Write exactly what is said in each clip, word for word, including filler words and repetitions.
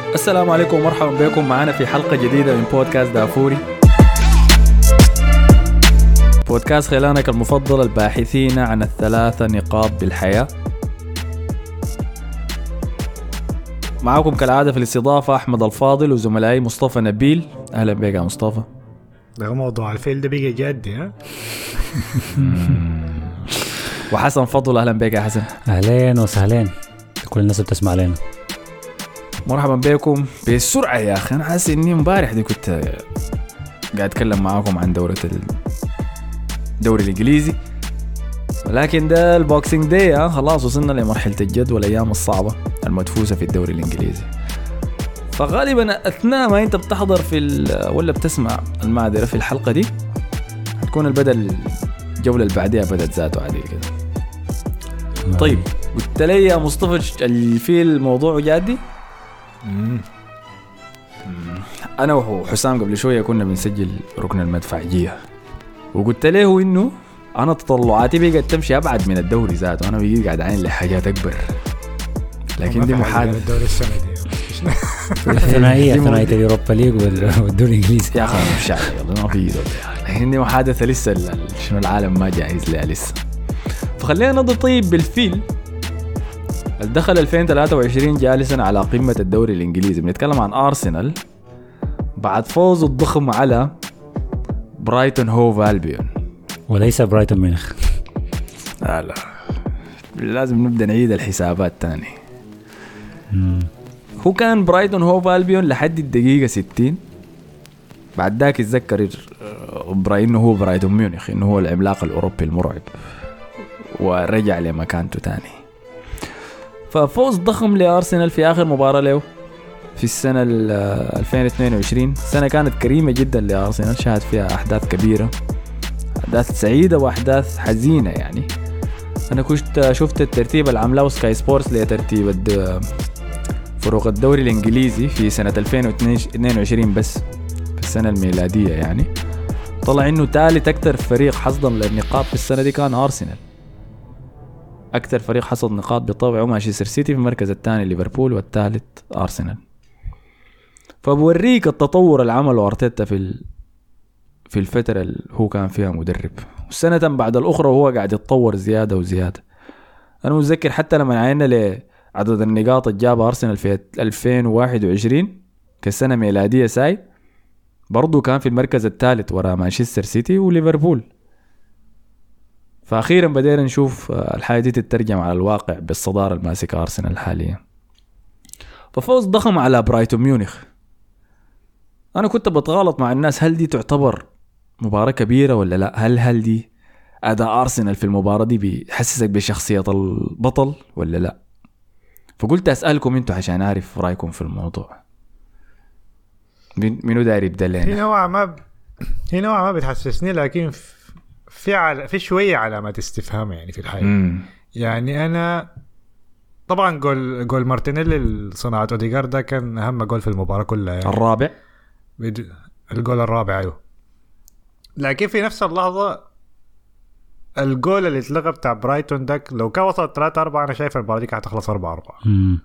السلام عليكم ومرحبا بكم معنا في حلقة جديدة من بودكاست دافوري، بودكاست خلانك المفضل الباحثين عن الثلاثة نقاط بالحياة. معكم كالعادة في الاستضافة أحمد الفاضل وزملائي مصطفى نبيل. أهلا بك يا مصطفى. ده موضوع الفيل ده بيجي جدي ها. وحسن فضل. أهلا بك يا حسن. أهلين وسهلين كل الناس بتسمع علينا. مرحبا بكم بسرعة يا أخي. أنا حاسس إني مبارح دي كنت قاعد أتكلم معاكم عن دورة الدوري الإنجليزي، ولكن ده البوكسينج داي ها خلاص وصلنا لمرحلة الجد والأيام الصعبة المدفوسة في الدوري الإنجليزي. فغالبا أثناء ما أنت بتحضر في ولا بتسمع المعذرة في الحلقة دي هتكون البدل الجولة اللي بعدها بدت ذاته عادي كده. طيب قلت لي يا مصطفى الفيل الموضوع جادي. مم. أنا وحسام قبل شوية كنا بنسجل ركن المدفعية، وقلت له إنه أنا تطلعاتي بقت تمشي أبعد من الدوري ذاته، أنا بقيت قاعد عين لحاجات أكبر، لكن دي محادثة الدوري السنة دي ثنائية ثنائية اليوروبا ليج والدوري الإنجليزي يا أخي مش عارف يلا ما في يدور، لكن دي محادثة لسه شنو العالم ما جاهز لها لسه. فخلينا نضل طيب بالفيل. الدخل ألفين وثلاثة وعشرين جالسا على قمة الدوري الإنجليزي. بنتكلم عن أرسنال بعد فوز الضخم على برايتون هوف ألبيون، وليس برايتون ميونخ. لا لا لازم نبدأ نعيد الحسابات تاني. مم. هو كان برايتون هوف ألبيون لحد الدقيقة ستين. بعد ذاك يتذكر براين إنه هو برايتون ميونخ، إنه هو العملاق الأوروبي المرعب، ورجع لمكانته تاني. ففوز ضخم لأرسنال في آخر مباراة له في السنة ألفين واثنين وعشرين. سنة كانت كريمة جدا لأرسنال، شهد فيها أحداث كبيرة، أحداث سعيدة وأحداث حزينة. يعني أنا كنت شفت الترتيب العملاء سكاي سبورتس لترتيب فروق الدوري الإنجليزي في سنة ألفين واثنين وعشرين بس في السنة الميلادية، يعني طلع إنه ثالث أكثر فريق حصدا للنقاط في السنة دي كان أرسنال. أكثر فريق حصد نقاط بطبعه مانشستر سيتي، في المركز الثاني ليفربول، والثالث أرسنال. فبوريك التطور العمل أرتيتا في في الفترة اللي هو كان فيها مدرب، والسنة بعد الأخرى وهو قاعد يتطور زيادة وزيادة. أنا متذكر حتى لما عينا لعدد النقاط اللي جابها أرسنال في ألفين وواحد وعشرين كسنة ميلادية ساي، برضو كان في المركز الثالث وراء مانشستر سيتي وليفربول. فأخيرا بدينا نشوف الحاجة دي تترجم على الواقع بالصدارة الماسكة أرسنال حاليا. ففوز ضخم على برايتون ميونخ. أنا كنت بتغالط مع الناس، هل دي تعتبر مباراة كبيرة ولا لا؟ هل هل دي أداء أرسنال في المباراة دي بيحسسك بشخصية البطل ولا لا؟ فقلت أسألكم أنتوا عشان أعرف رأيكم في الموضوع. منو داير يبدأ لنا؟ هي نوعا ما ب... هي نوعا ما بتحسسني، لكن في عل... في شوية علامات استفهام يعني في الحقيقة. مم. يعني أنا طبعا جول جول مارتينيلي صناعة أوديغارد ده كان أهم جول في المباراة كلها يعني. الرابع بد... الجول الرابع أيوه. لكن في نفس اللحظة الجول اللي اتلغى بتاع برايتون داك لو كان وصل ثلاثة أربعة أنا شايف المباراة دي كانت تخلص أربعة أربعة.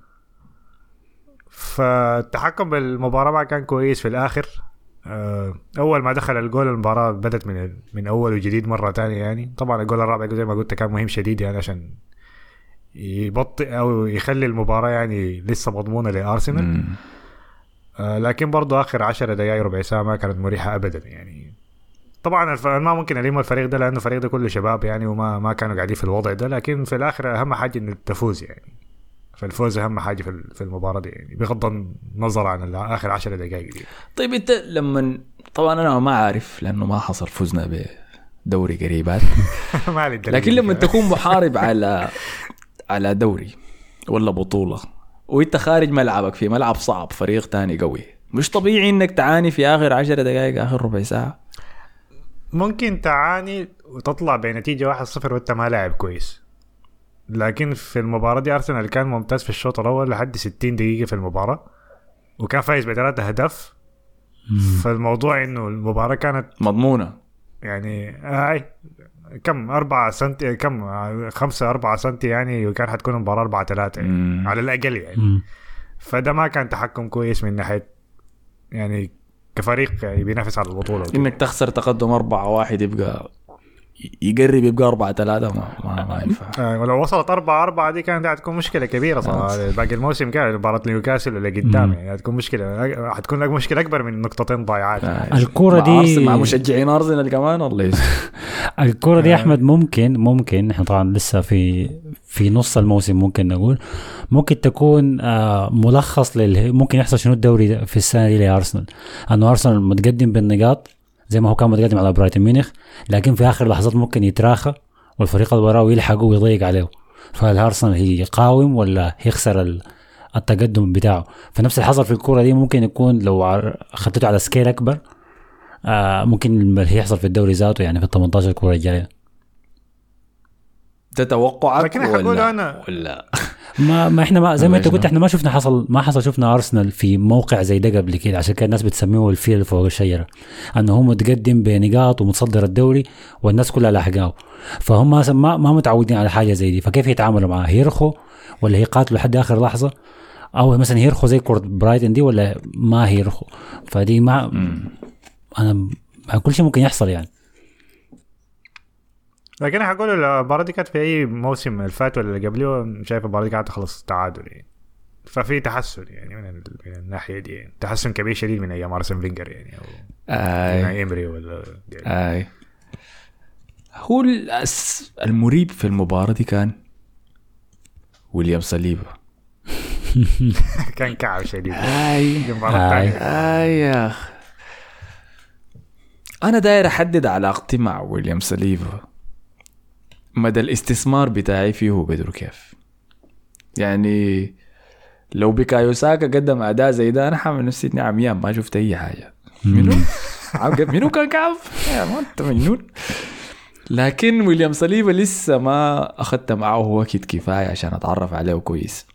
فالتحكم بالمباراة ما كان كويس في الآخر. أول ما دخل الجول المباراة بدت من من أول وجديد مرة تانية يعني. طبعا الجول الرابع زي ما قلت كان مهم شديد يعني عشان يبطئ أو يخلي المباراة يعني لسه مضمونة لأرسنال. آه لكن برضو آخر عشر دقائق ربع ساعة ما كانت مريحة أبدا يعني. طبعا ما ممكن أليم الفريق ده لأنه الفريق ده كله شباب يعني وما ما كانوا قاعدين في الوضع ده، لكن في الآخر أهم حاجة إنه تفوز يعني. فالفوز أهم حاجة في في المباراة دي يعني بغض النظر عن آخر عشر دقائق دي. طيب أنت لما طبعا أنا ما عارف لأنه ما حصل فوزنا بدوري قريبات لكن لما تكون محارب على على دوري ولا بطولة وانت خارج ملعبك في ملعب صعب فريق تاني قوي، مش طبيعي انك تعاني في اخر عشر دقائق اخر ربع ساعة؟ ممكن تعاني وتطلع بنتيجة واحد صفر وانت ما لاعب كويس، لكن في المباراة دي أرسنال كان ممتاز في الشوط الأول لحد ستين دقيقة في المباراة وكان فايز بثلاثة أهداف. فالموضوع إنه المباراة كانت مضمونة يعني هاي كم أربعة سنتي كم خمسة أربعة سنتي يعني وكان حتكون مباراة أربعة ثلاثة يعني على الأقل يعني. فده ما كان تحكم كويس من ناحيه يعني كفريق يعني بينافس على البطوله. انك تخسر تقدم أربعة واحد يبقى يقرب يبقى أربعة ثلاثة ما ما, ما ينفع. آه ولو وصلت أربعة أربعة دي كانت هتكون مشكلة كبيرة صراحة. باقي الموسم كان مباراة نيوكاسل اللي قدام يعني هتكون مشكلة هتكون لك مشكلة أكبر من نقطتين ضايعات. آه. الكرة دي مع مشجعين أرسنال كمان الله يسلمك. الكرة دي أحمد ممكن ممكن إحنا طبعا لسه في في نص الموسم ممكن نقول ممكن تكون آه ملخص لل ممكن يحصل شنو الدوري في السنة دي لأرسنال. أنه أرسنال متقدم بالنقاط زي ما هو كان متقدم على برايتون ميونخ لكن في آخر لحظات ممكن يتراخى والفريق اللي وراه يلحقه ويضيق عليه. فالأرسنال هي يقاوم ولا يخسر التقدم بتاعه. فنفس الحصل في الكرة دي ممكن يكون لو أخذته على سكيل أكبر آه ممكن اللي يحصل في الدوري ذاته يعني في الثمانية عشر كرة الجاية. تتوقعك ولا أنا ولا ما ما احنا ما زي ما انت قلت احنا ما شفنا حصل ما حصل شفنا ارسنال في موقع زي ده قبل كده. عشان كده الناس بتسميه الفيل فوق الشجره انه هو متقدم بنقاط ومتصدر الدوري والناس كلها لاحقاه. فهم ما ما متعودين على حاجه زي دي. فكيف يتعاملوا معاه؟ يرخوا ولا يقاتلوا لحد اخر لحظه او مثلا يرخوا زي كره برايتون دي ولا ما هيرخوا؟ فدي ما انا كل شيء ممكن يحصل يعني. لكن انا هقول المباراه دي كانت في اي موسم الفات ولا اللي قبله شايف المباراه دي قاعده تخلص تعادل يعني. ففي تحسن يعني من, من الناحيه دي يعني. تحسن كبير شديد من ايام ارسن فينجر يعني او اي ايمري ولا يعني. اي هو المريب في المباراه دي كان ويليام صليبا. كان كعب شديد. اي اي يا اخ انا داير احدد علاقتي مع ويليام صليبا مدى الاستثمار بتاعي فيه قدر كيف. يعني لو بيكايو ساكا قدم اداء زي ده انا حامل نفسي اني عميان ما شفت اي حاجه. منو منو كان كعب يا ما انت مجنون. لكن ويليام صليبا لسه ما اخذت معه وقت كفايه عشان اتعرف عليه كويس.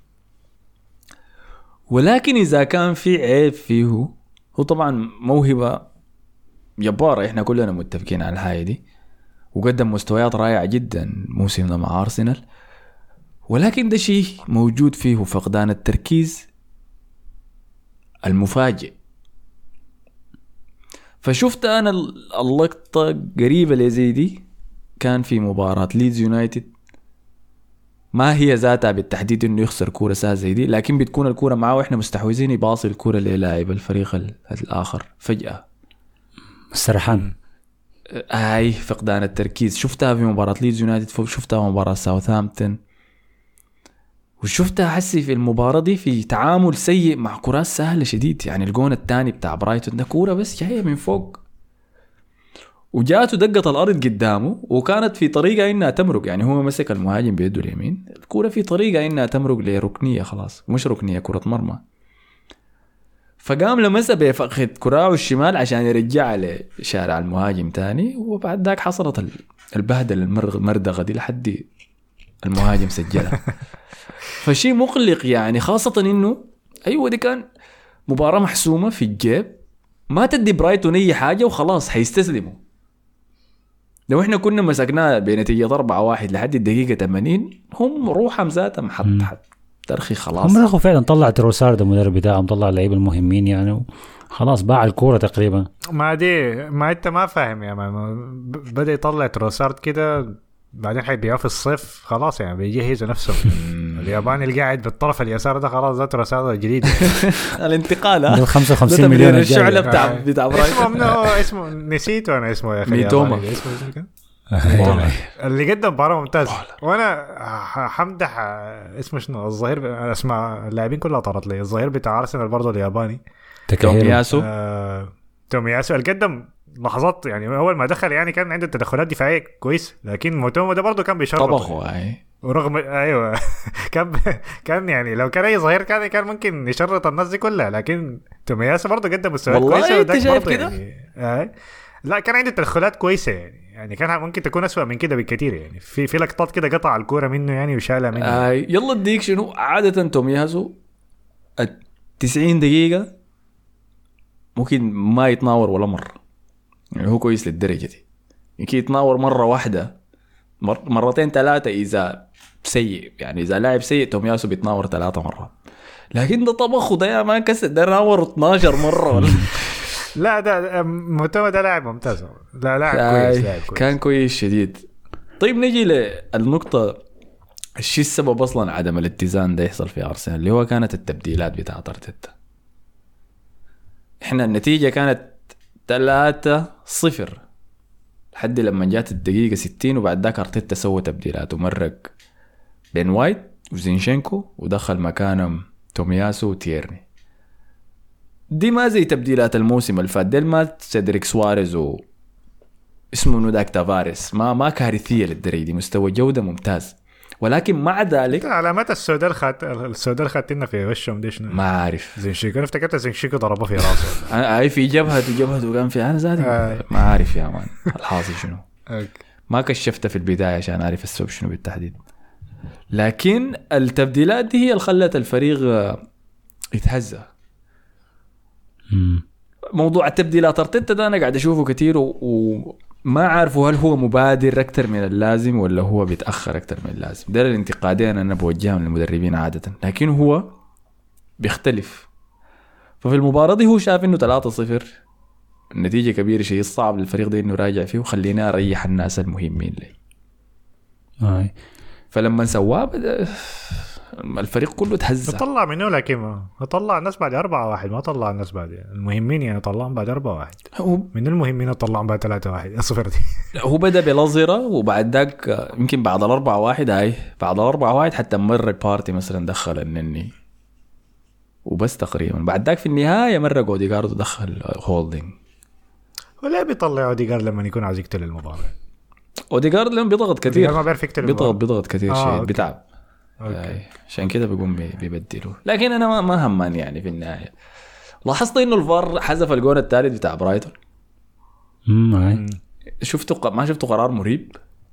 ولكن اذا كان في عيب فيه هو طبعا موهبه جبارة احنا كلنا متفقين على الحاجة دي وقدم مستويات رائعة جدا موسمنا مع أرسنال. ولكن ده شيء موجود فيه فقدان التركيز المفاجئ. فشفت أنا اللقطة قريبة لزي دي كان في مباراة ليدز يونايتد. ما هي ذاتها بالتحديد انه يخسر كورة سهل زي دي لكن بتكون الكورة معاه واحنا مستحوذين يباصي الكورة للاعب الفريق الآخر فجأة السرحان. هاي فقدان التركيز. شفتها في مباراة ليدز يونايتد شفتها في مباراة ساوثهامبتون وشفتها حسي في المباراة دي في تعامل سيء مع كرات سهلة شديد. يعني الجون الثاني بتاع برايتون ده كورة بس جاية من فوق وجاته دقة الأرض قدامه وكانت في طريقة إنها تمرق. يعني هو مسك المهاجم بيده اليمين الكورة في طريقة إنها تمرق لركنية خلاص مش ركنية كرة مرمى. فقام لمسه بفخذ كراعه الشمال عشان يرجع لشارع المهاجم تاني. وبعد ذاك حصلت البهدل المردغة دي لحد المهاجم سجلها. فشي مقلق يعني خاصة انه ايوه دي كان مباراة محسومة في الجيب ما تدي برايتون اي حاجة وخلاص حيستسلموا. لو احنا كنا مسكناه بنتيجة أربعة واحد لحد الدقيقة ثمانين هم روحهم ذاتهم حط حط ترخي خلاص. هم رخوا فعلا طلع تروسارد المدرب بتاعهم طلع اللعيبه المهمين يعني خلاص باع الكوره تقريبا. ما دي ما انت ما فاهم يا ما بدا يطلع تروسارد كده بعدين حيبيعه في الصيف خلاص يعني بيجهز نفسه. الياباني اللي قاعد بالطرف اليسار ده خلاص ده تروسارد الجديد. الانتقال ها خمسة وخمسين مليون الشعلة بتاع بتاع برايتون. اسمه اسمه نسيت وانا اسمه يا اخي ميتوما اللي قدم مباراة ممتازة. وانا حمدح اسمه شنو الظهير اسمع اللاعبين كلها طارت لي. الظهير بتاع ارسنال برضه الياباني تومياسو آه... تومياسو اللي قدم لحظات يعني اول ما دخل يعني كان عنده تدخلات دفاعيه كويس لكن موتومو ده برضه كان بيشرط طبخه اي ورغم ايوه كان كان يعني لو كان اي ظهير كان كان ممكن يشرط الناس دي كلها. لكن تومياسو برضه قدم مستويات كويسه. والله انت شايف كده يعني... آه... لا كان عنده تدخلات كويسه يعني يعني كان ممكن تكون أسوأ من كده بكثير يعني في في لقطات كده قطع الكوره منه يعني وشالها منه. آه يلا اديك شنو عاده تومياسو التسعين دقيقه ممكن ما يتناور ولا مره. يعني هو كويس للدرجه دي يمكن يتناور مره واحده مر... مرتين ثلاثه اذا سيء. يعني اذا لاعب سيء تومياسو بيتناور ثلاثه مرات. لكن ده طبخه ده يا مان كسر ده ناور اثناشر مرة ولا لا ده متوما ده لاعب ممتاز. لا لاعب كويس لاعب كويس كان كويس شديد. طيب نجي للنقطة الشيء السبب أصلا عدم الاتزان ده يحصل في أرسنال اللي هو كانت التبديلات بتاعة أرتيتا. إحنا النتيجة كانت ثلاثة صفر لحد لما جات الدقيقة ستين وبعد ذاك أرتيتا سوى تبديلات ومرق بين وايت وزينشينكو ودخل مكانهم تومياسو وتيرني. دي ما زي تبديلات الموسم اللي فات ديل ما سيدريك سواريز و اسمه نوداك تافاريس ما ما كارثية للدرجة دي مستوى جودة ممتاز. ولكن مع ذلك علامات السوداء الخات السوداء الخاتين في وشهم دي شنو ما عارف زينشينكو. انا افتكرت زينشينكو ضربه في راسه اي في جبهته جبهته كان في انا ذاتي آه. ما عارف يا مان الحاصل شنو. أوكي. ما كشفته في البداية عشان أعرف السبب شنو بالتحديد. لكن التبديلات دي هي اللي خلت الفريق يتهزأ. موضوع التبديلات أرتيتا ده أنا قاعد أشوفه كتير وما عارفه هل هو مبادر أكتر من اللازم ولا هو بيتأخر أكتر من اللازم. ده الانتقادين أنا بوجههم للمدربين عادة لكن هو بيختلف. ففي المباراة دي هو شاف إنه ثلاثة صفر النتيجة كبيرة شيء صعب للفريق ده إنه راجع فيه وخلينا أريح الناس المهمين لي. آه. فلما سواه الفريق كله تهزأ. طلع منه لكن ما طلع الناس بعد أربعة واحد ما طلع الناس بعد المهمين يعني طلعهم بعد أربعة واحد من المهمين طلعهم بعد ثلاثة واحد صفر دي. هو بدأ بلظرة وبعد ذاك يمكن بعد الأربعة واحد هاي بعد الأربعة واحد حتى مر البارتي مثلا دخل النني وبس تقريبا بعد ذاك في النهاية مرة أوديغارد دخل هولدينج. ولا بيطلع أوديغارد لما يكون عايز يقتل المباراة. أوديغارد لما بيضغط كثير ما بيعرف يقتل بيضغط بيضغط كثير آه شيء بيتعب عشان كده بيقوم بيبدله. لكن أنا ما ما هماني يعني في النهاية. لاحظت إنه الفار حذف الجون الثالث بتاع برايتون. امم شفتوا ما شفتوا قرار مريب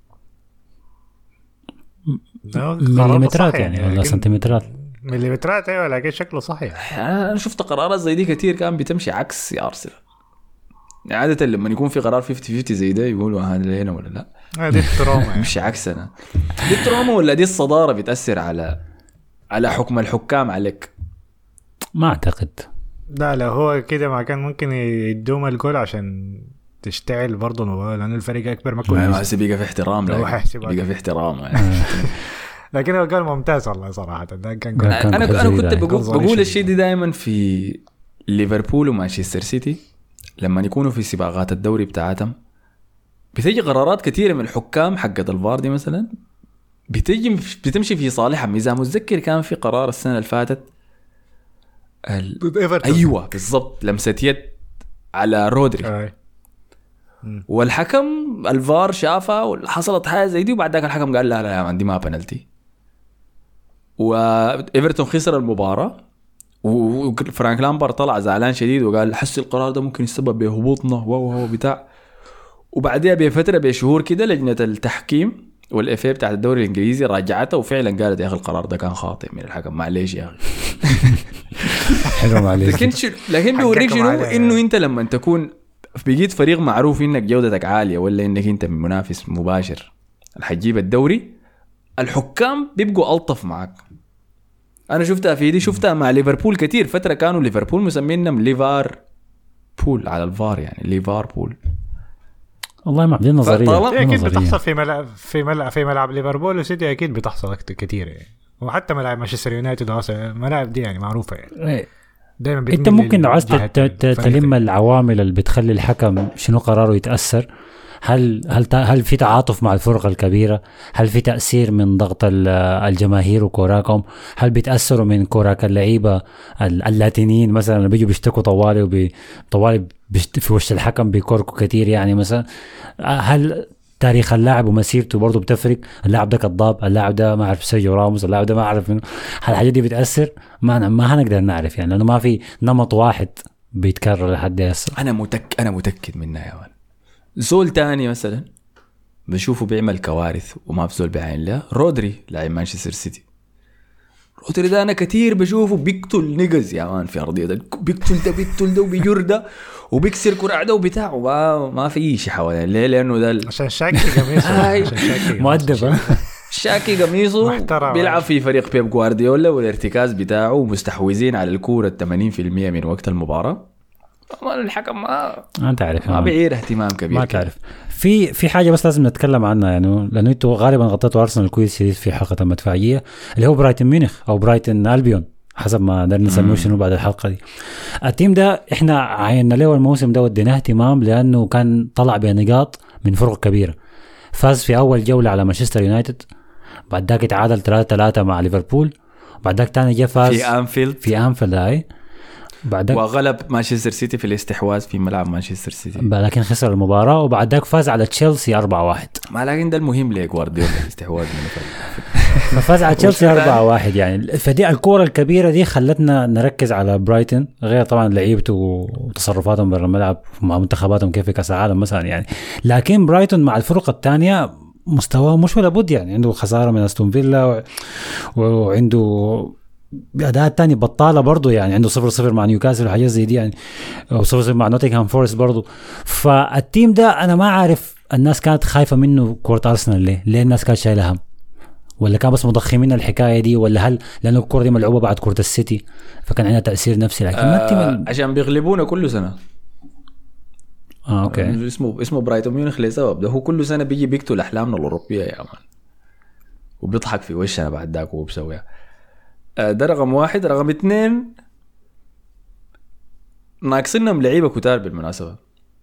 مليمترات يعني ولا سنتيمترات مليمترات ايوه لكن شكله صحيح. انا شفت قرارات زي دي كتير كان بتمشي عكس يا ارسنال. عادة لما يكون في قرار خمسين خمسين زي ده يقولوا هذا هنا ولا لا. هذه التروما مش عكسنا. دي التروما ولا دي الصدارة بتأثر على على حكم الحكام عليك. ما اعتقد. لا لا هو كده ما كان ممكن يدوم الجول عشان تشتعل برضه المباراة لأن الفريق أكبر ما كل ما بيقى في احترام لا بيقى في احترام يعني. لكن هو قال ممتاز والله صراحة ده كان أنا أنا كنت بقول بقول الشيء ده دائما في ليفربول ومانشستر سيتي لما يكونوا في سباقات الدوري بتاعتهم بتيجي قرارات كثيرة من الحكام حقت الفار دي مثلا بتيجي بتمشي في صالحهم. إذا متذكر كان في قرار السنة اللي فاتت ال... أيوة بالضبط لمسة يد على رودري آه. والحكم الفار شافها وحصلت حاجة زي دي وبعد ذاك الحكم قال لا لا يا مان دي ما بنالتي وإيفرتون خسر المباراة وفرانك لامبر طلع زعلان شديد وقال حس القرار ده ممكن يسبب بهبوطنا وهو بتاع. وبعدها بفترة بشهور كده لجنة التحكيم والإف إيه بتاعت الدوري الإنجليزي راجعته وفعلا قالت يا أخي القرار ده كان خاطئ من الحكم معليش يا أخي. حلو معليش. لكن شو لكن بيوريك شنو إنه أنت لما تكون بيجيت فريق معروف إنك جودتك عالية ولا إنك أنت من منافس مباشر الحجيب الدوري الحكام بيبقوا ألطف معك. أنا شفتها في دي شفتها مع ليفربول كتير فترة كانوا ليفربول مسمينهم ليفار بول على الفار يعني ليفار بول. والله ما عندي نظرية. أكيد بتحصل في ملعب في ملعب في ملعب ليفربول وسيتي أكيد بتحصل كتير يعني. وحتى ملعب مانشستر يونايتد وهذا ملاعب دي يعني معروفة يعني. دايما انت ممكن لو عايز تلم العوامل اللي بتخلي الحكم شنو قراره يتأثر. هل هل هل في تعاطف مع الفرقة الكبيرة؟ هل في تأثير من ضغط الجماهير وكوراكم؟ هل بيتأثروا من كوراك اللعيبة اللاتينيين مثلا اللي بيجوا بيشتكوا طوالي وطوالي في وش الحكم بيكوركوا كتير يعني مثلا؟ هل تاريخ اللاعب ومسيرته برضو بتفرق؟ اللاعب ده كذاب، اللاعب ده ما أعرف سيرجيو راموس، اللاعب ده ما أعرف منه. هل الحاجات دي بتأثر؟ ما ما هنقدر نعرف يعني لأنه ما في نمط واحد بيتكرر لحد هسه. أنا متك أنا متأكد منها يا مان. زول تاني مثلا بشوفه بيعمل كوارث وما بزول بعين له رودري لاعب مانشستر سيتي. رودري ده أنا كتير بشوفه بيقتل نجز يا مان في أرضية ده بيقتل ده بيقتل ده وبيجر ده وبيكسر كرة ده وبتاعه ما ما في شيء حواليه ليه لأنه ده عشان شاكي قميص عشان شاكي مؤدب شاكي قميصه محترم. بيلعب في فريق بيب جوارديولا والارتكاز بتاعه مستحوذين على الكورة ثمانين بالمية من وقت المباراة. الحكم ما انت عارف ما بيعير اهتمام كبير. ما تعرف. في في حاجه بس لازم نتكلم عنها يعني، لانه انتوا غالبا غطيتوا ارسنال كويس شديد في حلقه المدفعيه اللي هو برايتون ميونخ او برايتون البيون حسب ما قدرنا نسميه شنو بعد الحلقه دي. التيم ده احنا عينا له الموسم ده وديناه اهتمام لانه كان طلع بنقاط من فرق كبيره. فاز في اول جوله على مانشستر يونايتد، بعد ذاك تعادل ثلاثة ثلاثة مع ليفربول، بعد ذاك ثاني جاء فاز في انفيلد في انفيلد هاي، بعد وغلب مانشستر سيتي في الاستحواذ في ملعب مانشستر سيتي لكن خسر المباراه، وبعد ذاك فاز على تشيلسي أربعة واحد. ما لكن ده المهم ليه جوارديولا الاستحواذ ففاز على تشيلسي أربعة واحد يعني. فدي الكوره الكبيره دي خلتنا نركز على برايتون، غير طبعا لعيبته وتصرفاتهم برا الملعب مع منتخباتهم كيف في كاس العالم مثلا يعني. لكن برايتون مع الفرق الثانيه مستواه مش ولا بد يعني، عنده خساره من استون فيلا وعنده أداء تاني بطالة برضو يعني، عنده صفر صفر مع نيوكاسل وحاجات زي دي يعني، أو صفر صفر مع نوتنغهام فورست برضو. فالتيم ده أنا ما عارف الناس كانت خايفة منه كرة أرسنال ليه؟ ليه الناس كانت شايلة هم؟ ولا كان بس مضخمين الحكاية دي، ولا هل لأنه الكرة دي ملعوبة بعد كرة السيتي فكان عندها تأثير نفسي؟ لكن ما التيم آه عشان بيغلبونا كل سنة. آه أوكي. اسمه اسمه برايتون ميونخ لسبب ده، هو كل سنة بيجي بيقتل أحلامنا الأوروبية يا مان، وبيضحك في وشنا بعد ذاك وهو بسويها. ده رقم واحد. رقم اثنين ناقصنا لعيبة كتار بالمناسبة.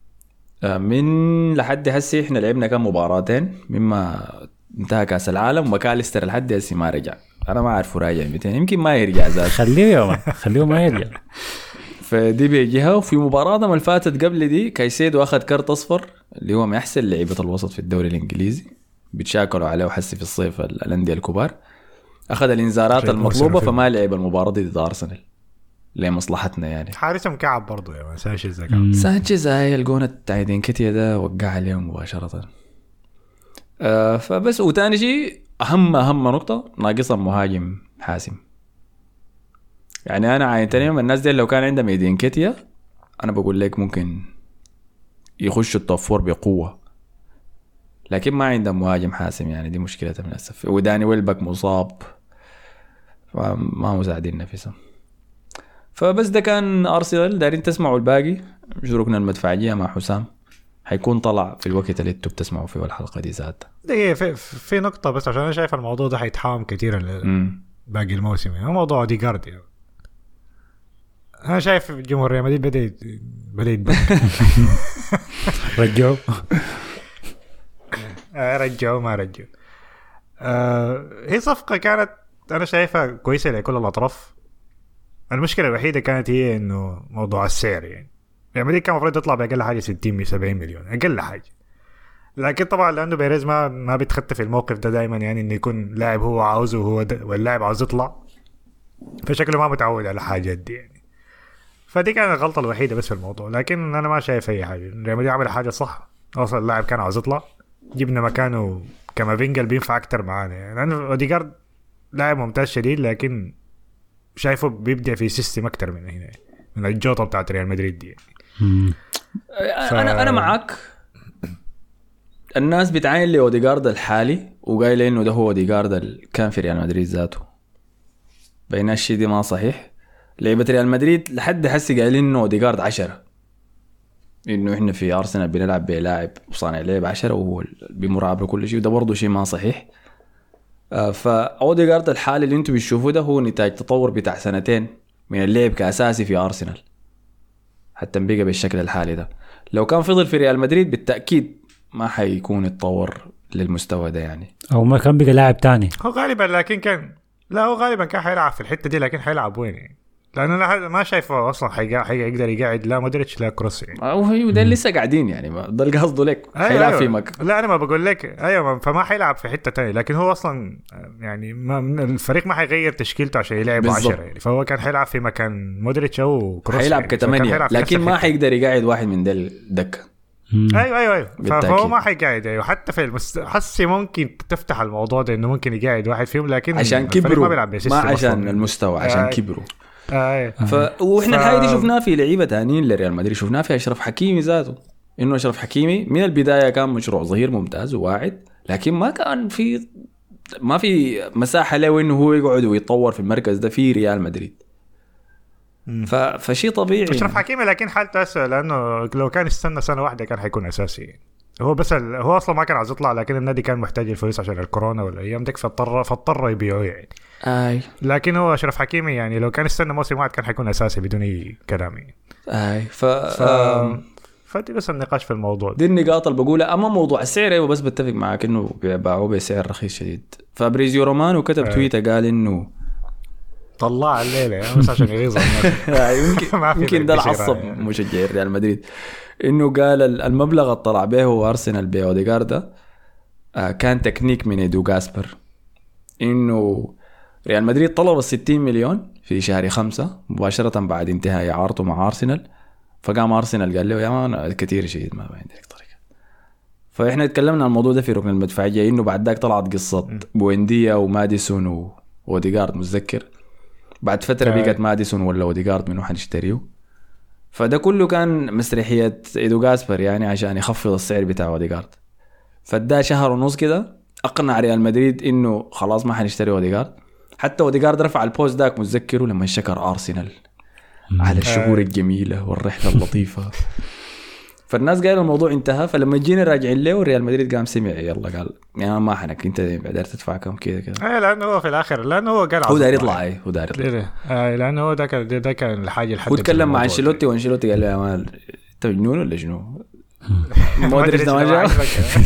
من لحد هسي احنا لعبنا كم مباراتين مما انتهى كاس العالم، وماكاليستر لحد هسي ما رجع. انا ما اعرف راجع متين، يمكن ما يرجع ذات خليه يا مان خليه ما يرجع. فدي بيجيها. وفي مباراة ما الفاتت قبل دي كايسيدو اخذ كارت اصفر اللي هو ما يحسن لعيبة الوسط في الدوري الانجليزي، بيتشاكلوا عليه وحسي في الصيف الانديه الكبار. أخذ الإنذارات المطلوبة فما لعب المباراة دي ضد أرسنال لمصلحتنا يعني. حارسهم كعب برضو يا سانشيز ذا سانشيز هاي الجونة تاعدين كتير ده وقع عليهم مباشرة. آه فبس. وتاني شيء أهم أهم نقطة ناقصهم مهاجم حاسم يعني. أنا عاينتني من الناس دي لو كان عندهم ايدين كتير أنا بقول لك ممكن يخشوا التوب فور بقوة، لكن ما عندهم مهاجم حاسم يعني، دي مشكلتها من الأسف. وداني ويلبك مصاب ما مساعدين نفسهم. فبس ده كان أرسنال. دارين تسمعوا الباقي شروكنا المدفعية مع حسام حيكون طلع في الوقت اللي انتوا بتسمعوا فيه الحلقة دي ذاتها. دي في, في نقطة بس عشان أنا شايف الموضوع ده حيتحاوم كتير باقي الموسم يعني. موضوع ديغارد يعني. أنا شايف جمهور ريال مدريد بدأ بدأ يتبكر رجعوا رجعوا ما رجعوا. آه هي صفقة كانت أنا شايفها كويسة لكل الأطراف. المشكلة الوحيدة كانت هي إنه موضوع السعر يعني. يعني مدريد كان مفروض يطلع بأقل حاجة ستين سبعين مليون أقل حاجة، لكن طبعا لأنه بيريز ما ما بيتخطى في الموقف ده دائما يعني، إنه يكون لاعب هو عاوزه وهو واللاعب عاوز يطلع، فشكله ما متعود على حاجات دي يعني. فدي كانت الغلطة الوحيدة بس في الموضوع، لكن أنا ما شايف أي حاجة. ريال مدريد عمل حاجة صح، أصلا اللاعب كان عاوز يطلع، جبنا مكانه كامافينجا اللي بينفع أكتر معانا يعني. لأنه أوديغارد لاعب ممتاز شديد، لكن شايفه بيبدأ في سيستم أكتر من هنا من الجوطة بتاعت ريال مدريد دي يعني. ف... أنا أنا معك. الناس بتعاين لي أوديغارد الحالي وقايل إنه ده هو أوديغارد اللي كان في ريال مدريد ذاته، بين الشيء دي ما صحيح. لعبة ريال مدريد لحد حسي قايلين إنه أوديغارد عشرة، إنه إحنا في أرسنال بنلعب بلاعب وصانع لعب عشرة وهو بمراقبة كل شيء، وده برضو شيء ما صحيح. فأوديغارد الحالي اللي انتم بتشوفوه ده هو نتاج تطور بتاع سنتين من اللعب كأساسي في أرسنال حتى بقى بالشكل الحالي ده. لو كان فضل في ريال مدريد بالتأكيد ما حيكون يتطور للمستوى ده يعني، أو ما كان بقى لاعب تاني. هو غالبا لكن كان لا هو غالبا كان حيلعب في الحتة دي، لكن حيلعب وين يعني؟ لأن أنا ما شايفه أصلا حيقا حيقدر يقعد لا مودريتش لا كروس يعني. أو هي وده لسه قاعدين يعني، ده اللي قصده لك حيلعب أيوة. في مك. لا أنا ما بقول لك أيوة، فما حيلعب في حتة تانية، لكن هو أصلا يعني ما الفريق ما حيغير تشكيلته عشان يلعب عشرة يعني، فهو كان حيلعب في مكان مودريتش أو كروس، حيلعب يعني. كتمانية لكن ما حيقدر يقعد واحد من دل دكة. ايوه ايوه ايوه فهو ما حيقعد ايوه. حتى في المست... حسي ممكن تفتح الموضوع ده انه ممكن يقعد واحد فيهم، لكن عشان كبروا ما, ما عشان المستوى عشان آه كبروا آه ف... واحنا ف... الحاجه دي شفناها في لعيبه ثانيين لريال مدريد. شفناه في اشرف حكيمي ذاته، انه اشرف حكيمي من البدايه كان مشروع ظهير ممتاز وواعد، لكن ما كان في ما في مساحه له انه هو يقعد ويتطور في المركز ده في ريال مدريد. ف... فشي طبيعي. اشرف حكيمي لكن حالته اسوء لانه لو كان استنى سنه واحده كان حيكون اساسي. هو بس ال... هو اصلا ما كان عايز يطلع لكن النادي كان محتاج الفلوس عشان الكورونا والايام ديك فاضطر فاضطر يبيعوه يعني. اي لكن هو اشرف حكيمي يعني لو كان استنى موسم واحد كان حيكون اساسي بدون اي كلام يعني. اي ف, ف... ف... فدي بس النقاش في الموضوع دي النقاط اللي بقولها. اما موضوع السعر ايوه بس بتفق معك انه بيباعوه بسعر رخيص شديد. فابريزيو رومانو كتب تويته قال انه طلع الليله بس عشان يغيظ الناس. يمكن يمكن ده العصب مشجع ريال مدريد انه قال المبلغ اللي طلع به هو ارسنال بأوديغارد كان تكنيك من ايدو غاسبر، انه ريال مدريد طلب الستين مليون في شهر خمسة مباشرة بعد انتهاء إعارته مع أرسنال. فقام أرسنال قال له يا مان كتير شديد ما عندك طريقة. فإحنا اتكلمنا عن الموضوع ده في ركن المدفعية، إنه بعد ذاك طلعت قصة بوينديا وماديسون وأوديغارد متذكر. بعد فترة بقت ماديسون ولا أوديغارد منو حنشتريه. فده كله كان مسرحية إيدو غاسبر يعني عشان يخفض السعر بتاع أوديغارد. فده شهر ونص كده أقنع ريال مدريد إنه خلاص ما حنشتري أوديغارد. حتى أوديغارد رفع البوست داك متذكره لما شكر أرسنال على الشهور الجميلة والرحلة اللطيفة. فالناس قالوا الموضوع انتهى. فلما جينا راجعين له وريال مدريد قام سمع يلا قال يعني ما حنك انت قدرت تدفع كم كده كده. اي لانه هو في الاخر لانه هو قال هو داير يطلع اي هو داير يطلع اي لانه هو ده كان ده كان الحاجه الحد. هو تكلم مع انشيلوتي وانشيلوتي قال له يا مان انت مجنون ولا شنو؟ مودريتش ده ما جاء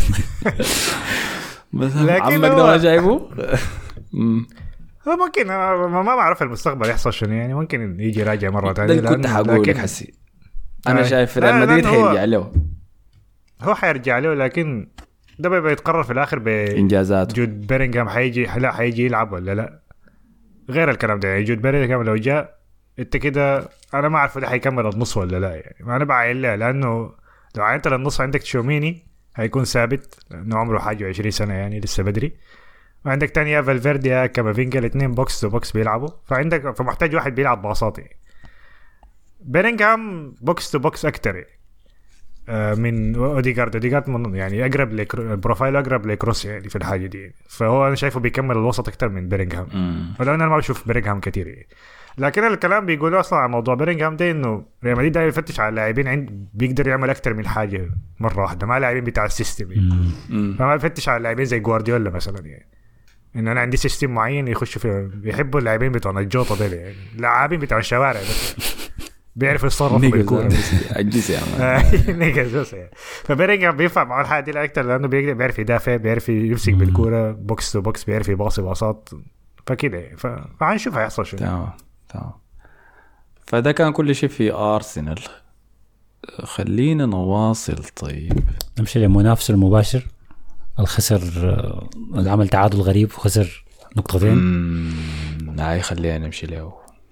مثلا عمك ده ما جايبه. هو ممكن ما ما بعرف المستقبل يحصل شنو يعني ممكن يجي راجع مره ثانيه. ده كنت حقول لك حسي انا شايف ريال مدريد حيرجع له. هو حيرجع له لكن ده بيبقى يتقرر في الاخر بانجازاته. جود بيرينغهام حيجي لا حيجي يلعب ولا لا غير الكلام ده يعني. جود بيرينغهام لو جاء انت كده انا ما اعرف ده حيكمل النص ولا لا يعني. ما انا بعاين له لانه لو عينت للنص عندك تشوميني هيكون ثابت لانه عمره حاجه عشرين سنه يعني لسه بدري. وعندك تانية فالفيرديا كامافينجا الاثنين بوكس تو بوكس بيلعبوا. فعندك فمحتاج واحد بيلعب ببساطه يعني. بيرينغهام بوكس تو بوكس اكتر يعني. آه من اوديغارد. اوديغارد يعني اقرب لبروفايل اقرب لكروس يعني في الحاجه دي. فهو انا شايفه بيكمل الوسط اكتر من بيرينغهام. ولو انا ما بشوف بيرينغهام كتير يعني. لكن الكلام بيقولوا اصلا عن موضوع بيرينغهام ده انه ريال مدريد دايما يفتش على اللاعبين عند بيقدر يعمل اكتر من حاجه مره واحده. ما لاعبين بتاع السيستم يعني. فما يفتش على اللاعبين زي جوارديولا مثلا يعني. ان انا عندي سيستم معين يخشوا فيه. بيحبوا اللاعبين بتوع الجوطه دول يعني. لاعبين بتاع الشوارع بس بيعرفوا يتصرفوا بالكوره. عجيز يا مان نيجز بس يعني. فبيرينغهام بينفع مع الحاجه دي اكتر لانه بيقدر بيعرف يدافع بيعرف يمسك بالكوره بوكس تو بوكس بيعرف يباصي باصات فكده يعني. فهنشوف هيحصل شو. تمام تمام. فده كان كل شيء في أرسنال. خلينا نواصل. طيب نمشي للمنافس المباشر الخسر العمل تعادل غريب وخسر نقطتين. هاي خلينا نمشي له.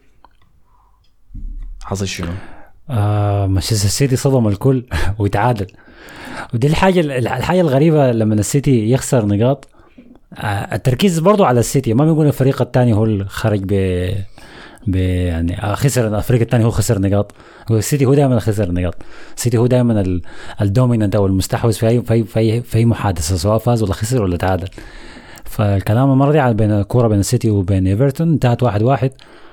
حصل شنو؟ آه مانشستر سيتي صدم الكل ويتعادل. ودي الحاجة الحاجة الغريبة لما السيتي يخسر نقاط. آه التركيز برضو على السيتي. ما بيقول الفريق الثاني هو اللي خرج ب ب يعني خسر. الفريق الثاني هو خسر نقاط. السيتي هو دائما خسر نقاط. السيتي هو دائما الدوميننت او المستحوذ في اي في في في محادثه سواء فاز ولا خسر ولا تعادل. فالكلام المره دي بين الكوره بين السيتي وبين ايفرتون انتهت واحد واحد.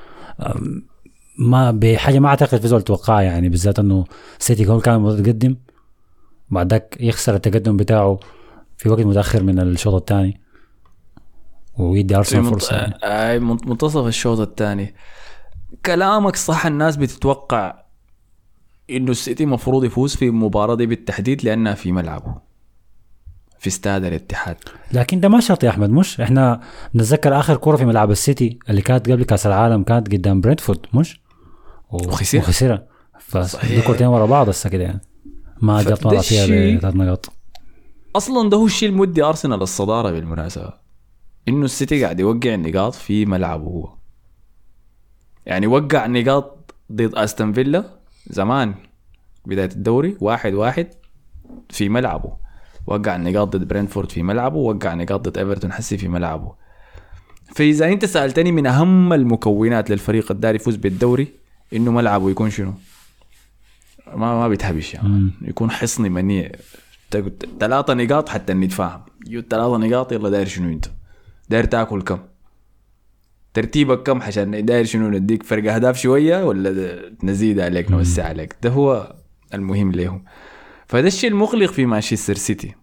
ما بحاجه ما اعتقد في زول توقع يعني بالذات انه السيتي هو كان متقدم بعد ذاك يخسر التقدم بتاعه في وقت متاخر من الشوط الثاني ويدي ارسنال فرصه. اي منتصف الشوط الثاني. كلامك صح. الناس بتتوقع انه السيتي مفروض يفوز في المباراة دي بالتحديد لانها في ملعبه في استاد الاتحاد. لكن ده ما شرط يا احمد. مش احنا نتذكر اخر كرة في ملعب السيتي اللي كانت قبل كاس العالم كانت قدام برينتفورد مش وخسر وخسرها. فدي كرتين ورا بعض هسه كده يعني ما قدر طلع فيها بثلاث نقاط. اصلا ده هو الشيء المودي ارسنال الصدارة بالمناسبة انه السيتي قاعد يوقع النقاط في ملعبه هو. يعني وقع نقاط ضد أستون فيلا زمان بداية الدوري واحد واحد في ملعبه. وقع نقاط ضد برينتفورد في ملعبه. وقع نقاط ضد إيفرتون حسي في ملعبه. فإذا أنت سألتني من أهم المكونات للفريق الداري يفوز بالدوري إنه ملعبه يكون شنو ما ما بيتهبش يعني. يكون حصني منيع. ثلاثة نقاط حتى نتفاهم. يو ثلاثة نقاط يلا داير شنو أنت داير تاكل كم ترتيبك كم عشان داير شنو نديك فرق اهداف شويه ولا نزيد عليك نوسع عليك ده هو المهم لهم. فده الشيء المقلق في مانشستر سيتي.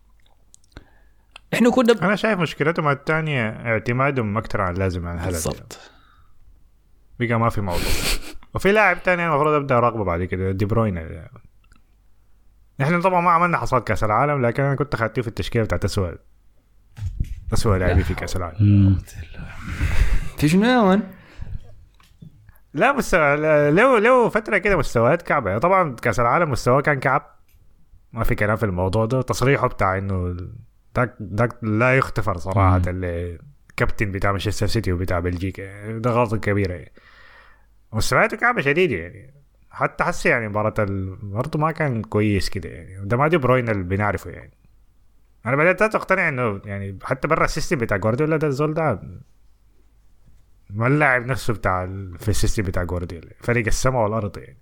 احنا كنا ب... انا شايف مشكلتهم الثانيه اعتمادهم اكثر على اللازم على هالاند بالضبط بقى ما في موضوع. وفي لاعب تاني المفروض ابدا اراقبه بعد كده دي بروين. احنا طبعا ما عملنا حصاد كاس العالم لكن انا كنت خدته في التشكيله بتاعت اسوء اسوء لاعبي في كاس العالم. في شنو يا مان؟ لا مستوى لو لو فتره كده مستويات كعبه. طبعا كاس العالم مستواه كان كعب ما في كلام في الموضوع ده. تصريحه بتاع انه داك داك لا يختفر صراحه اللي كابتن بتاع مانشستر سيتي وبتاع بلجيكا ده غلطه كبيره يعني. مستوياته كعبه شديد يعني. حتى حسي يعني مباراة برضه ما كان كويس كده يعني. ده ما دي بروين اللي بنعرفه يعني. انا بدأت اقتنع انه يعني حتى برا السيستم بتاع جوارديولا ده الزول ده ما اللاعب نفسه بتاع في السيستم بتاع جوارديولا فريق السماء والارض يعني.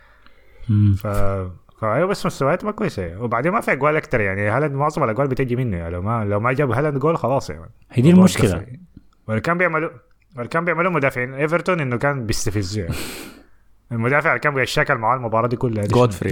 ف فايوه بس مستوياته ما كويسه. وبعدين ما في اجوال اكتر يعني. هالاند معظم الاجوال بتجي منه يعني. لو ما لو ما جاب هالاند جول خلاص يعني. هي دي المشكله. واللي كان بيعملوا واللي كان بيعملوا مدافعين ايفرتون انه كان بيستفزوا يعني. المدافع اللي كان بيشكل معاه المباراه دي كلها جودفري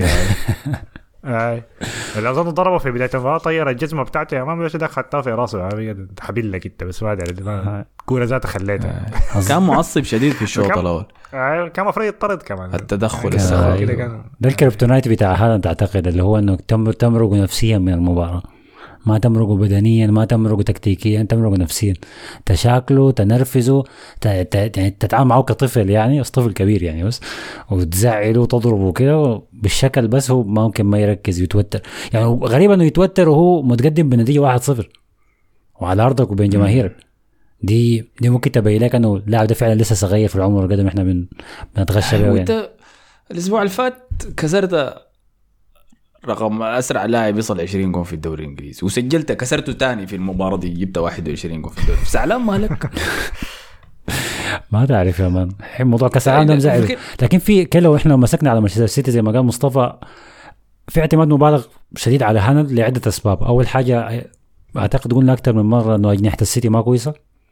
اي اللي اظن ضربه في بدايه المباراه طير الجزمه بتاعته امام بس ده خدتها في راسه. حبيل لك انت بس ما ادري الكوره ذاتها خليتها. كان معصب شديد في الشوط الاول. كان المفروض يطرد كمان. التدخل السريع كده كان ده الكريبتونايت بتاع هالاند اعتقد اللي هو انه تمرق نفسيا من المباراه. ما تمرقوا بدنيا ما تمرقوا تكتيكيا تمرقوا نفسيا. تشاكلوا تنرفزوا يعني تتعامل معه كطفل يعني طفل كبير يعني بس وتزعلوا وتضربوا كده بالشكل بس هو ممكن ما يركز يتوتر يعني. غريب انه يتوتر وهو متقدم بنتيجه واحد صفر وعلى ارضك وبين جماهيرك. دي دي ممكن تبين لك انه اللاعب ده فعلا لسه صغير في العمر قدم احنا بن بنتغشى بيه يعني. الاسبوع اللي فات كسرت رقم أسرع لاعب يصل عشرين جون في الدوري الإنجليزي وسجلته كسرته تاني في المباراة دي جبت واحد وعشرين جون في الدوري. زعلان مالك؟ ما تعرف يا مان الحين موضوع كأس العالم ده مزعل. لكن في كلو إحنا مسكنا على مانشستر سيتي زي ما قال مصطفى في اعتماد مبالغ شديد على هالاند لعدة أسباب. أول حاجة أعتقد قلنا أكتر من مرة إنه أجنحة السيتي ما كويسة.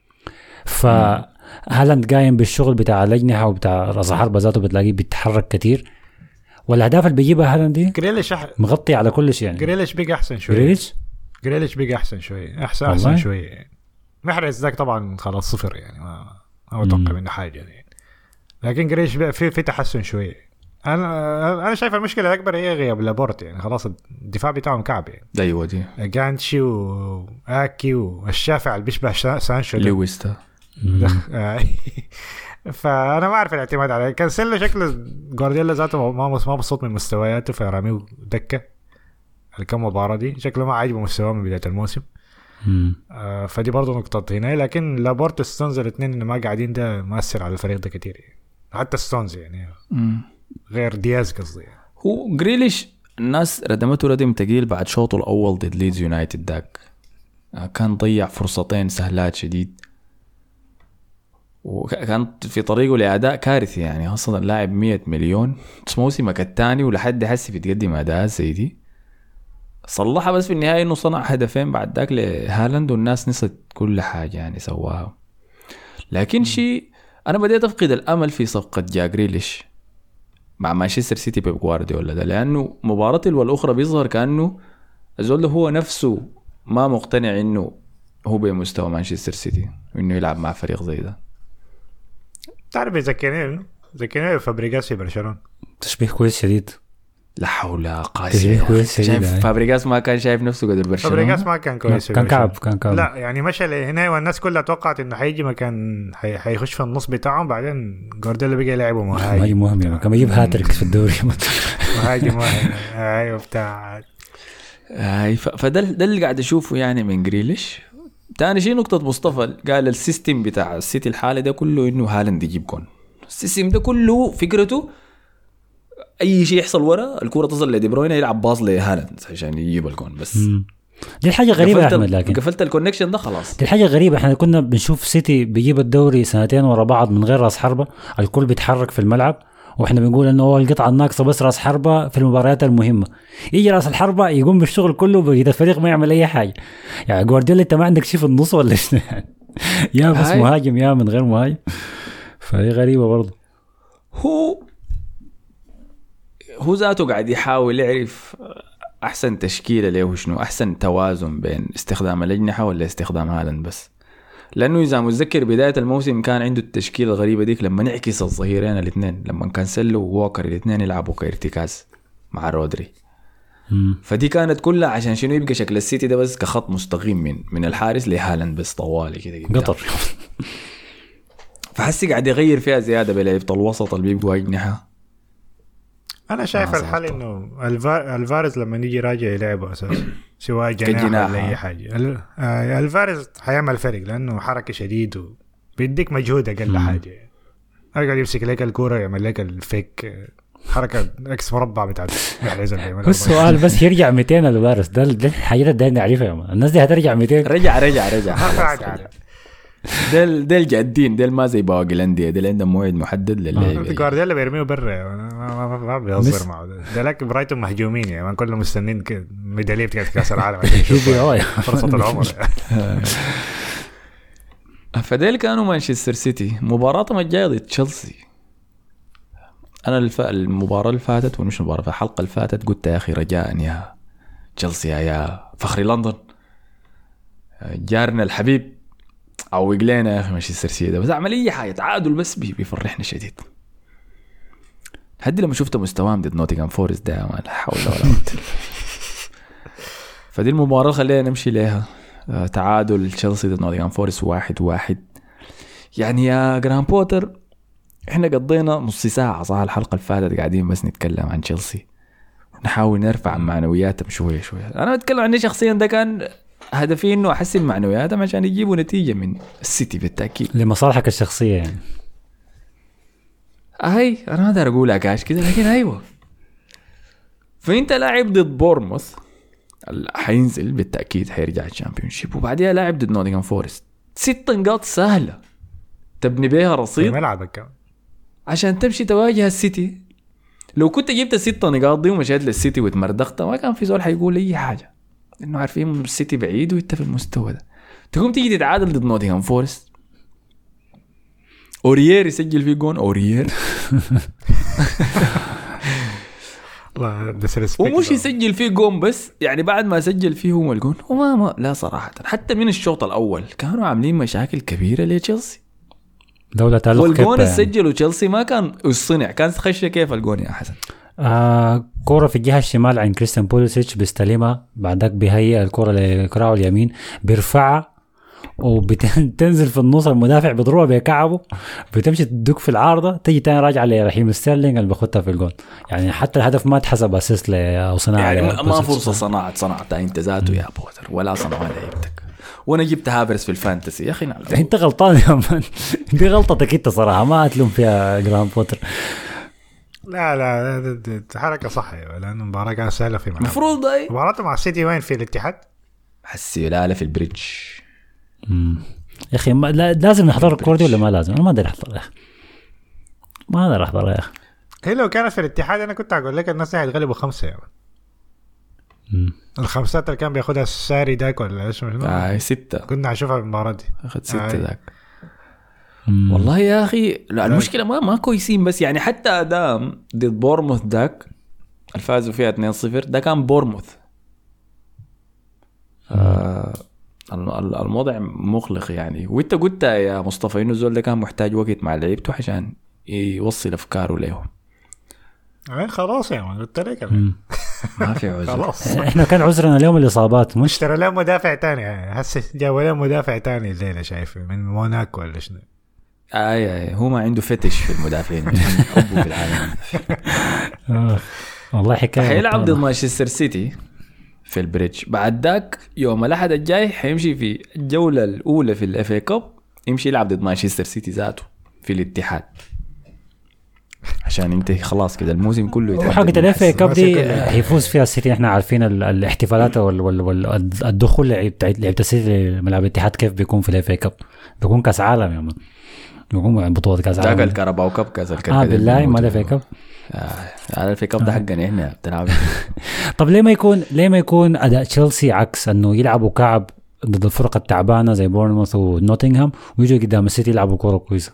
فهالاند قايم بالشغل بتاع الأجنحة وبتاع رأس حربة ذاته بتلاقيه بيتحرك كتير. والاهداف اللي بيجيبها هالاند دي جريليش أح... مغطي على كل شيء يعني. جريليش بيجي احسن شويه. جريليش جريليش بيجي احسن شويه احسن احسن والله. شويه يعني. محرز ذاك طبعا خلاص صفر يعني ما ما اتوقع منه حاجه يعني. لكن جريليش في في تحسن شويه. انا انا شايف المشكله الاكبر هي غياب لابورت يعني. خلاص الدفاع بتاعهم كعب يعني. ايوه دي جانشي واكي والشافع اللي بيشبه سانشو لويستا. فانا ما اعرف الاعتماد عليه. كان سله شكله جوارديولا ذاته ما ما مبسوط من مستوياته فراميه دكه الكم مباراه دي. شكله ما عاجبه مستواه من بدايه الموسم. آه فدي برضه نقطه هنا. لكن لابورت ستونز الاثنين اللي ما قاعدين ده مؤثر على الفريق ده كتير يعني. حتى ستونز يعني مم. غير دياز قصدي يعني. هو جريليش الناس ردمته ردم تقيل بعد شوطه الاول ضد ليدز يونايتد داك. آه كان ضيع فرصتين سهلات شديد وكان في طريقه لأداء كارثي يعني. أصلا اللاعب مية مليون موسمك الثاني ولحد حسي بيتقدم أداء زي دي. صلحها بس في النهاية إنه صنع هدفين بعد ذاك لهالاند والناس نسيت كل حاجة يعني سواها. لكن شيء أنا بديت أفقد الأمل في صفقة جا جريليش مع مانشستر سيتي بيب جوارديولا ده. لأنه مباراة والأخرى بيظهر كأنه الزول ده هو نفسه ما مقتنع إنه هو بمستوى مانشستر سيتي وإنه يلعب مع فريق زي ده. تعرف ذكرني ذكرني فابريغاس في برشلونة. تشبيه كويس شديد. لا حول قاسي. تشبيه كويس شديد. شايف فابريغاس ما كان شايف نفسه قدر برشلونة. فابريغاس ما كان كويس. كان كعب كان كعب. لا يعني مشى هنا والناس كلها توقعت انه حيجي مكان حيخش في النص بتاعهم. بعدين جوارديولا بقى يلعبه مهاجم. مهاجم مهم كان يجيب هاتريك في الدوري. مهاجم مهم. ايوه بتاع. اي فده ده اللي قاعد اشوفه يعني من جريليش. تاني شيء نقطة مصطفى قال السيستم بتاع السيتي الحالي ده كله انه هالاند يجيب جون. السيستم ده كله فكرته اي شيء يحصل ورا الكرة تصل لدي بروين يلعب باص لهالاند عشان يجيب الجون بس. مم. دي الحاجة غريبة يا أحمد. لكن قفلت الكونكشن ده خلاص. دي الحاجة غريبة. احنا كنا بنشوف سيتي بيجيب الدوري سنتين ورا بعض من غير راس حربة. الكل بيتحرك في الملعب واحنا بنقول انه هو القطعه الناقصه بس راس حربه في المباريات المهمه. يجي راس الحربه يقوم بالشغل كله بقية الفريق ما يعمل اي حاجه. يعني جوارديولا انت ما عندك شيء في النص ولا شنو؟ يا بس هاي. مهاجم يا من غير مهاجم. فهي غريبه برضه. هو هو ذاته قاعد يحاول يعرف احسن تشكيله له شنو، احسن توازن بين استخدام الاجنحه ولا استخدام هالاند بس. لانه اذا متذكر بدايه الموسم كان عنده التشكيله الغريبه ديك لما نعكس الظهيرين الاثنين، لما كان سلو ووكر الاثنين يلعبوا كارتكاز مع رودري. مم. فدي كانت كلها عشان شنو يبقى شكل السيتي ده بس كخط مستقيم من من الحارس لهالاند بس طوالي كده قطر. فحسي قاعد يغير فيها زياده بلعيبه الوسط اللي بيبقوا اجنحه. انا شايف ما الحل صارت. انه الفا- الفارز لما يجي راجع يلعبه اساسا سواء جناح كجناح. ولا اي حاجه. ال- آه، الفارز حيعمل فرق لانه حركه شديد وبيديك مجهود اقل مم. حاجه. يقعد يمسك لك الكوره يعمل لك الفيك آه، حركه اكس مربع بتاعت محرز اللي بيعملها. بس سؤال بس يرجع مئتين الفارس ده ده الحاجات اللي نعرفها يا مان. الناس دي هترجع مئتين. رجع رجع رجع ما في خلاص حاجه رجع. عليه. ديل ديل جادين، ديل ما زي باقي الانديه، ديل عندهم موعد محدد للعيبه. جوارديولا بيرميه برا ما, ما, ما, ما بيهزر معه ده, ده لك برايتون مهجومين يعني ما كلهم مستنين كده ميداليه بتاعت كاس العالم عشان يشوفوا فرصه العمر. فديل كانوا مانشستر سيتي مباراتهم الجايه ضد تشيلسي. انا الف... المباراه اللي فاتت ومش المباراه في الحلقه اللي فاتت قلت يا اخي رجاء يا تشيلسي يا فخري لندن جارنا الحبيب عوق لنا يا اخي مانشستر سيتي، بس اعمل اي حاجه تعادل بس بي بيفرحنا شديد. هدي لما شفت مستواهم ضد نوتنغهام فورست ده ما لا حول ولا قوه. فدي المباراه خلينا نمشي لها. آه، تعادل تشيلسي ضد نوتنغهام فورست واحد واحد. يعني يا جرام بوتر احنا قضينا نص ساعه صح الحلقه اللي فاتت قاعدين بس نتكلم عن تشيلسي نحاول نرفع معنوياتهم شويه شويه. انا بتكلم عني شخصيا ده كان هدفي انه احسن معنوياتهم عشان يجيبوا نتيجه من السيتي بالتاكيد لمصالحك الشخصيه يعني. هاي انا ما اقدر اقول لك عاش كده لكن ايوه. فانت لاعب ضد بورموث حينزل بالتاكيد حيرجع الشامبيونشيب، وبعديها لاعب ضد نوتنغهام فورست ست نقاط سهله تبني بيها في رصيد ملعبك كمان عشان تمشي تواجه السيتي. لو كنت جبت الست نقاط دي ومشيت للسيتي وتمردغت ما كان في زول حيقول اي حاجه، انه عارفين السيتي بعيد وانت في المستوى ده. تقوم تيجي تتعادل ضد نوتنغهام فورست، اوريير يسجل فيه جون اوريير الله ديسريسبكت ومش يسجل فيه جون بس، يعني بعد ما سجل فيه هو الجون وما ما لا صراحه حتى من الشوط الاول كانوا عاملين مشاكل كبيره لتشيلسي. دولة تعلق والجون اللي يعني. سجله تشيلسي ما كان يصنع، كان خشه كيف الجون يا حسن. آه كرة في الجهة الشمال عن كريستيان بوليسيتش بيستلمها، بعدك بيهيئ الكرة لكراعه اليمين بيرفعها وبتنزل في النص، المدافع بيضربها بكعبه بتمشي تدق في العارضة تيجي تاني راجعة لرحيم ستيرلينج اللي بيخدها في الجون. يعني حتى الهدف ما تحسب اسيست او صناعة يعني ما لبوليسيتش. فرصه صناعه صنعتها انت ذاته يا بوتر ولا صنعها لعيبتك، وانا جبت هافرز في الفانتسي يا اخي نعم. انت غلطان يا مان. دي غلطتك انت صراحة ما اتلوم فيها جرام بوتر. لا لا ده- ده- ده حركه صح لانه المباراه كانت سهله في ملعب. المفروض اي مباراته مع السيتي وين في الاتحاد؟ حسي لا لا في البريدج. مم. يا اخي ما لا لازم نحضر الكورة دي ولا ما لازم؟ انا ما اقدر احضرها يا اخي، ما اقدر احضرها يا اخي. هي لو كانت في الاتحاد انا كنت اقول لك الناس هيتغلبوا خمسه يعني. مم. الخمسات اللي كان بياخدها الساري داك ولا اسمه شنو؟ آه ستة كنا هنشوفها في المباراه دي. اخذ ستة آه. ذاك. مم. والله يا اخي لا المشكله ما ما كويسين، بس يعني حتى اداء ضد بورموث ذاك الفازوا فيها اثنين صفر ده كان بورموث. آه ال- الموضوع مخلق يعني. وانت قلت يا مصطفى انه الزول ده كان محتاج وقت مع لعيبته عشان يوصل افكاره لهم. آه خلاص يا مان قلت لك مم. ما في عذر. خلاص احنا كان عذرنا اليوم الاصابات مش اشترى له مدافع تاني هسه جابوا له مدافع تاني الليله شايفه من موناكو ولا شنو. اي اي هو ما عنده فتش في المدافعين حبه في العالم. آه. والله حكايه حيلعب ضد مانشستر سيتي في البريدج. بعد ذاك يوم الاحد الجاي حيمشي في الجوله الاولى في الاف اي كاب يمشي يلعب ضد مانشستر سيتي ذاته في الاتحاد عشان ينتهي خلاص كده الموسم كله يتعدل. وحقة الاف اي كاب دي الموسم كله. هيفوز فيها السيتي. احنا عارفين ال- الاحتفالات وال- وال- والدخول لعيبه لعيبه السيتي ملعب الاتحاد كيف بيكون في الاف اي كاب، بيكون كاس عالم يا مان. يقوموا يعني بطولة كاس ذاك العالم. الكهرباء وكب كاس الكركديه اه بالله ما ده في كب. هذا الفي كب ده حقنا احنا بتلعب. طب ليه ما يكون ليه ما يكون اداء تشيلسي عكس انه يلعبوا كعب ضد الفرق التعبانه زي بورنموث ونوتنغهام ويجوا قدام السيتي يلعبوا كوره كويسه؟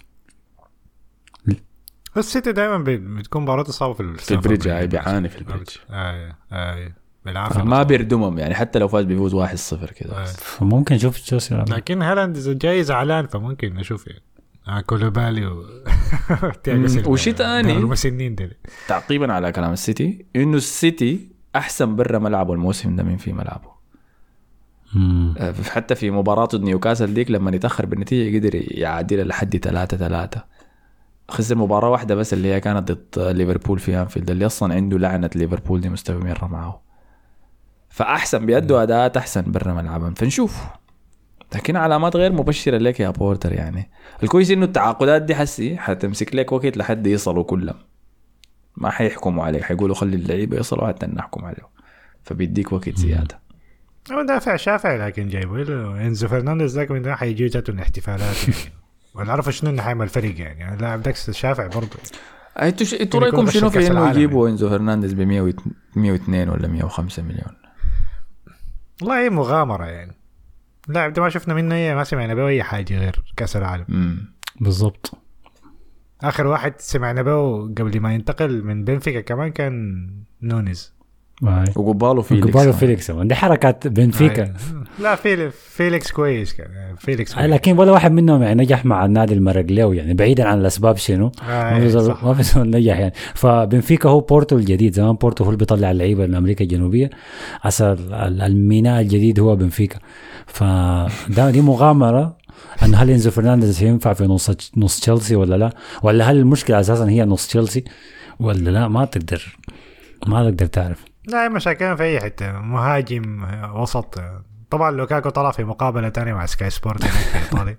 السيتي دائما بتكون مباراته صعبه في في البريدج هاي بيعاني في البريدج اي اي بالعافيه ما بيردمهم يعني حتى لو فاز بيفوز واحد صفر كده. فممكن نشوف تشيلسي. لكن هالاند جاي زعلان فممكن نشوف يعني كولوبالي و وشي تاني المسنين دي تعقيبا على كلام السيتي انه السيتي احسن برا ملعبه الموسم ده من في ملعبه. مم. حتى في مباراة نيوكاسل ديك لما يتأخر بالنتيجة قدر يعادل لحد ثلاثة ثلاثة. خسر مباراة واحدة بس اللي هي كانت ضد ليفربول في أنفيلد اللي أصلا عنده لعنة ليفربول دي مستمرة معه. فأحسن بيدوا أداءات أحسن برا ملعبا فنشوف. لكن علامات غير مبشرة لك يا بورتر يعني. الكويس إنه التعاقدات دي حسي حتمسك لك وقت لحد يصلوا كلهم. ما حيحكموا عليك حيقولوا خلي اللعيبة يصلوا حتى نحكم عليهم. فبيديك وقت زيادة. هو دافع شافع لكن جايبه له إنزو فرنانديز ذاك من ده حيجي جاته الاحتفالات يعني. ولا عارف شنو إنه حيعمل فريق يعني. اللاعب داكس شافع برضه. أنتوا ش... أنتوا رأيكم شنو في إنه يجيبوا إنزو فرنانديز بمية وت... مية واثنين ولا مية وخمسة مليون؟ والله هي مغامرة يعني. اللاعب ده ما شفنا منه أي ما سمعنا به أي حاجة غير كأس العالم. امم بالضبط. آخر واحد سمعنا به قبل ما ينتقل من بنفيكا كمان كان نونيز. وقباله فيليكس. وقباله فيليكس دي حركات بنفيكا. لا فيليكس فيليكس كويس كان فيليكس كويس. لكن ولا واحد منهم يعني نجح مع النادي المرقليو يعني بعيدا عن الأسباب شنو آه ما في ما في زول نجح يعني. فبنفيكا هو بورتو الجديد. زمان بورتو هو اللي بيطلع اللعيبة من أمريكا الجنوبية. عسى الميناء الجديد هو بنفيكا. فده دي مغامرة أن هل إنزو فرنانديز ينفع في نص نص تشيلسي ولا لا ولا هل المشكلة أساسا هي نص تشيلسي ولا لا ما تقدر ما تقدر تعرف. لا مشاكل في أي حتة مهاجم وسط. طبعا لوكاكو طلع في مقابلة تانية مع سكاي سبورت في إيطاليا.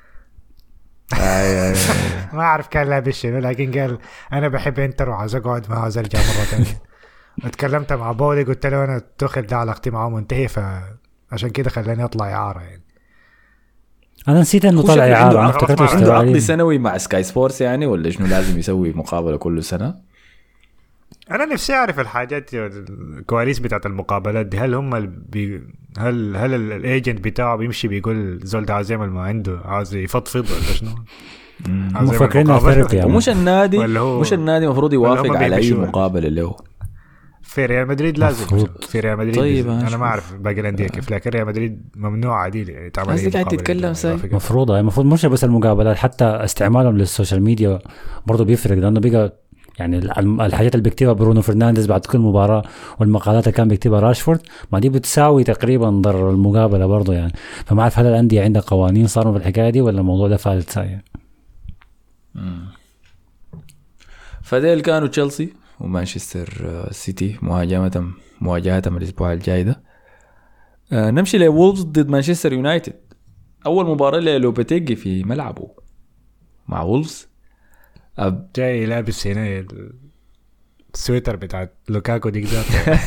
ما أعرف كان لابس شنو لكن قال أنا بحب إنتر وعايز أقعد معه عايز أرجع مرة تانية. اتكلمت مع بولي قلت له أنا تخل ده علاقتي معه منتهي فعشان كده خلاني أطلع إعارة يعني. أنا نسيت إنه طلع إعارة. عنده عقد سنوي مع سكاي سبورتس يعني ولا شنو لازم يسوي مقابلة كل سنة؟ أنا نفسي أعرف الحاجات الكواليس بتاعت المقابلات دي. هل هم بي... هل هل الايجنت بتاعه بيمشي بيقول زول ده عاوز يعمل ما عنده عاوز يفضفض ولا شنو؟ مفكرين ثيرابي ومش النادي مش النادي المفروض يوافق على أي مقابلة له. في ريال مدريد لازم مفروض. في ريال مدريد طيب أنا ما أعرف باقي الأندية كيف لكن ريال مدريد ممنوع عادي يعني تعمل أي مقابلة. قاعد تتكلم ساي مفروض المفروض مش بس المقابلات حتى استعمالهم للسوشيال ميديا برضو بيفرق لأنه بقى يعني الحاجات اللي بيكتبها برونو فرنانديز بعد كل مباراة والمقالات اللي كان بيكتبها راشفورد ما دي بتساوي تقريبا ضرر المقابلة برضو يعني. فما أعرف هل الأندية عندها قوانين صاروا في الحكاية دي ولا الموضوع ده فالت ساي. فديل كانوا تشيلسي ومانشستر سيتي مواجهة مواجهة الأسبوع الجاي ده. آه نمشي لوولفز ضد مانشستر يونايتد. أول مباراة للوبيتيجي في ملعبه مع وولفز. أب جاي لابس هنا السويتر بتاع لوكاكو ديك ذات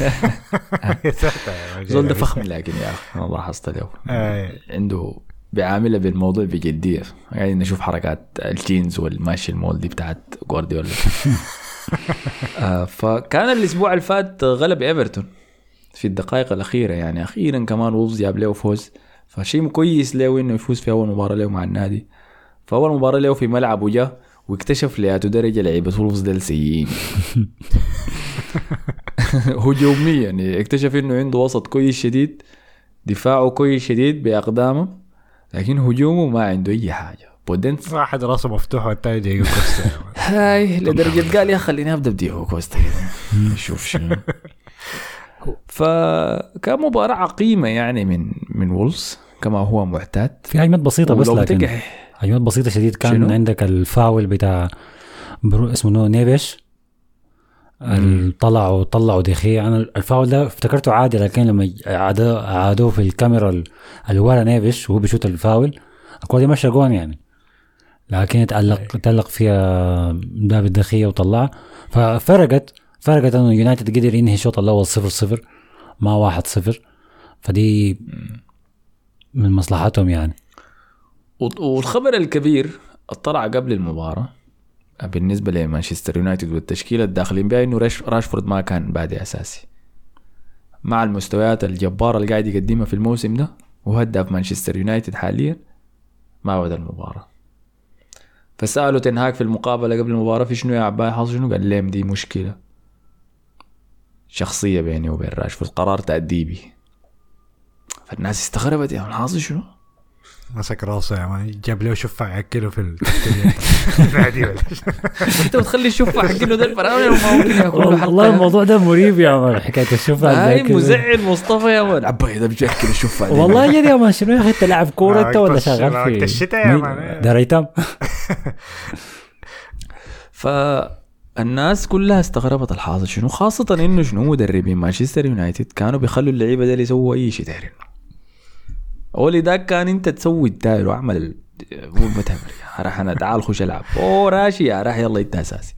زول ده فخم لكن يا أخي والله حصل له عنده بيعامله بالموضوع بجدية. يعني نشوف حركات الجينز والماشي المول دي بتاعت غوارديولا. آه فكان الأسبوع الفات غلب إيفرتون في الدقائق الأخيرة يعني أخيرا كمان وولفز جاب له فوز. فشيء كويس له إنه يفوز في أول مباراة له مع النادي. فأول مباراة له في ملعبه جاء واكتشف لياتو درجة لعيبة وولفز دل سيئين هجوميا يعني اكتشف انه عنده وسط كويس شديد دفاعه كويس شديد بأقدامه لكن هجومه ما عنده اي حاجة. بودنس واحد راسه مفتوح والتاني ديجو كوستا هاي لدرجة قال يا خليني ابدا بديجو كوستا شوف شنو. فكان مباراة عقيمة يعني من من وولفز كما هو معتاد. في هجمات بسيطة بس لكن هجمات بسيطة شديد. كان شنو؟ عندك الفاول بتاع برو اسمه نو نيفيش طلعوا طلعوا دخي. أنا الفاول ده افتكرته عادي لكن لما عادوه عادوه في الكاميرا الورا نيفيش وهو بيشوت الفاول الكرة دي ماشية جون يعني لكن اتعلق تعلق فيها ده بالدخية وطلع. ففرقت فرقت انه يونايتد قدر ينهي الشوط الاول صفر صفر ما واحد صفر. فدي من مصلحتهم يعني. والخبر الكبير اطلع قبل المباراة بالنسبة لمانشستر يونايتد والتشكيلة الداخلين بها انه راشفورد ما كان بادئ اساسي مع المستويات الجبارة اللي قاعد يقدمها في الموسم ده وهدف مانشستر يونايتد حاليا ما بدا المباراة. فسألوا تنهاك في المقابلة قبل المباراة في شنو يا عباي حاصل شنو؟ قال لهم دي مشكلة شخصية بيني وبين راشفورد، قرار تأديبي. فالناس استغربت يا حاصل شنو؟ مسك راسه يا مان جاب له شفع ياكله في الكافتيريا. انت بتخلي الشفع حقله ده الفراعنه وما ممكن ياكله حتى. والله الموضوع ده مريب يا مان حكايه الشفع هاي مزعل مصطفى يا مان عباي ده بيجي ياكل الشفع. والله جد يا مان شنو يا اخي انت لاعب كوره انت ولا شغال في وقت الشتاء يا مان ده ريتم. فالناس كلها استغربت الحاصل شنو، خاصه انه شنو مدربين مانشستر يونايتد كانوا بيخلوا اللعيبه ده يسووا اي شيء دايرين. اولي ده كان انت تسوي الداير وعمل مو بتمر راح انا تعال خش العب اوه راشي يا راح يلا انت اساسي.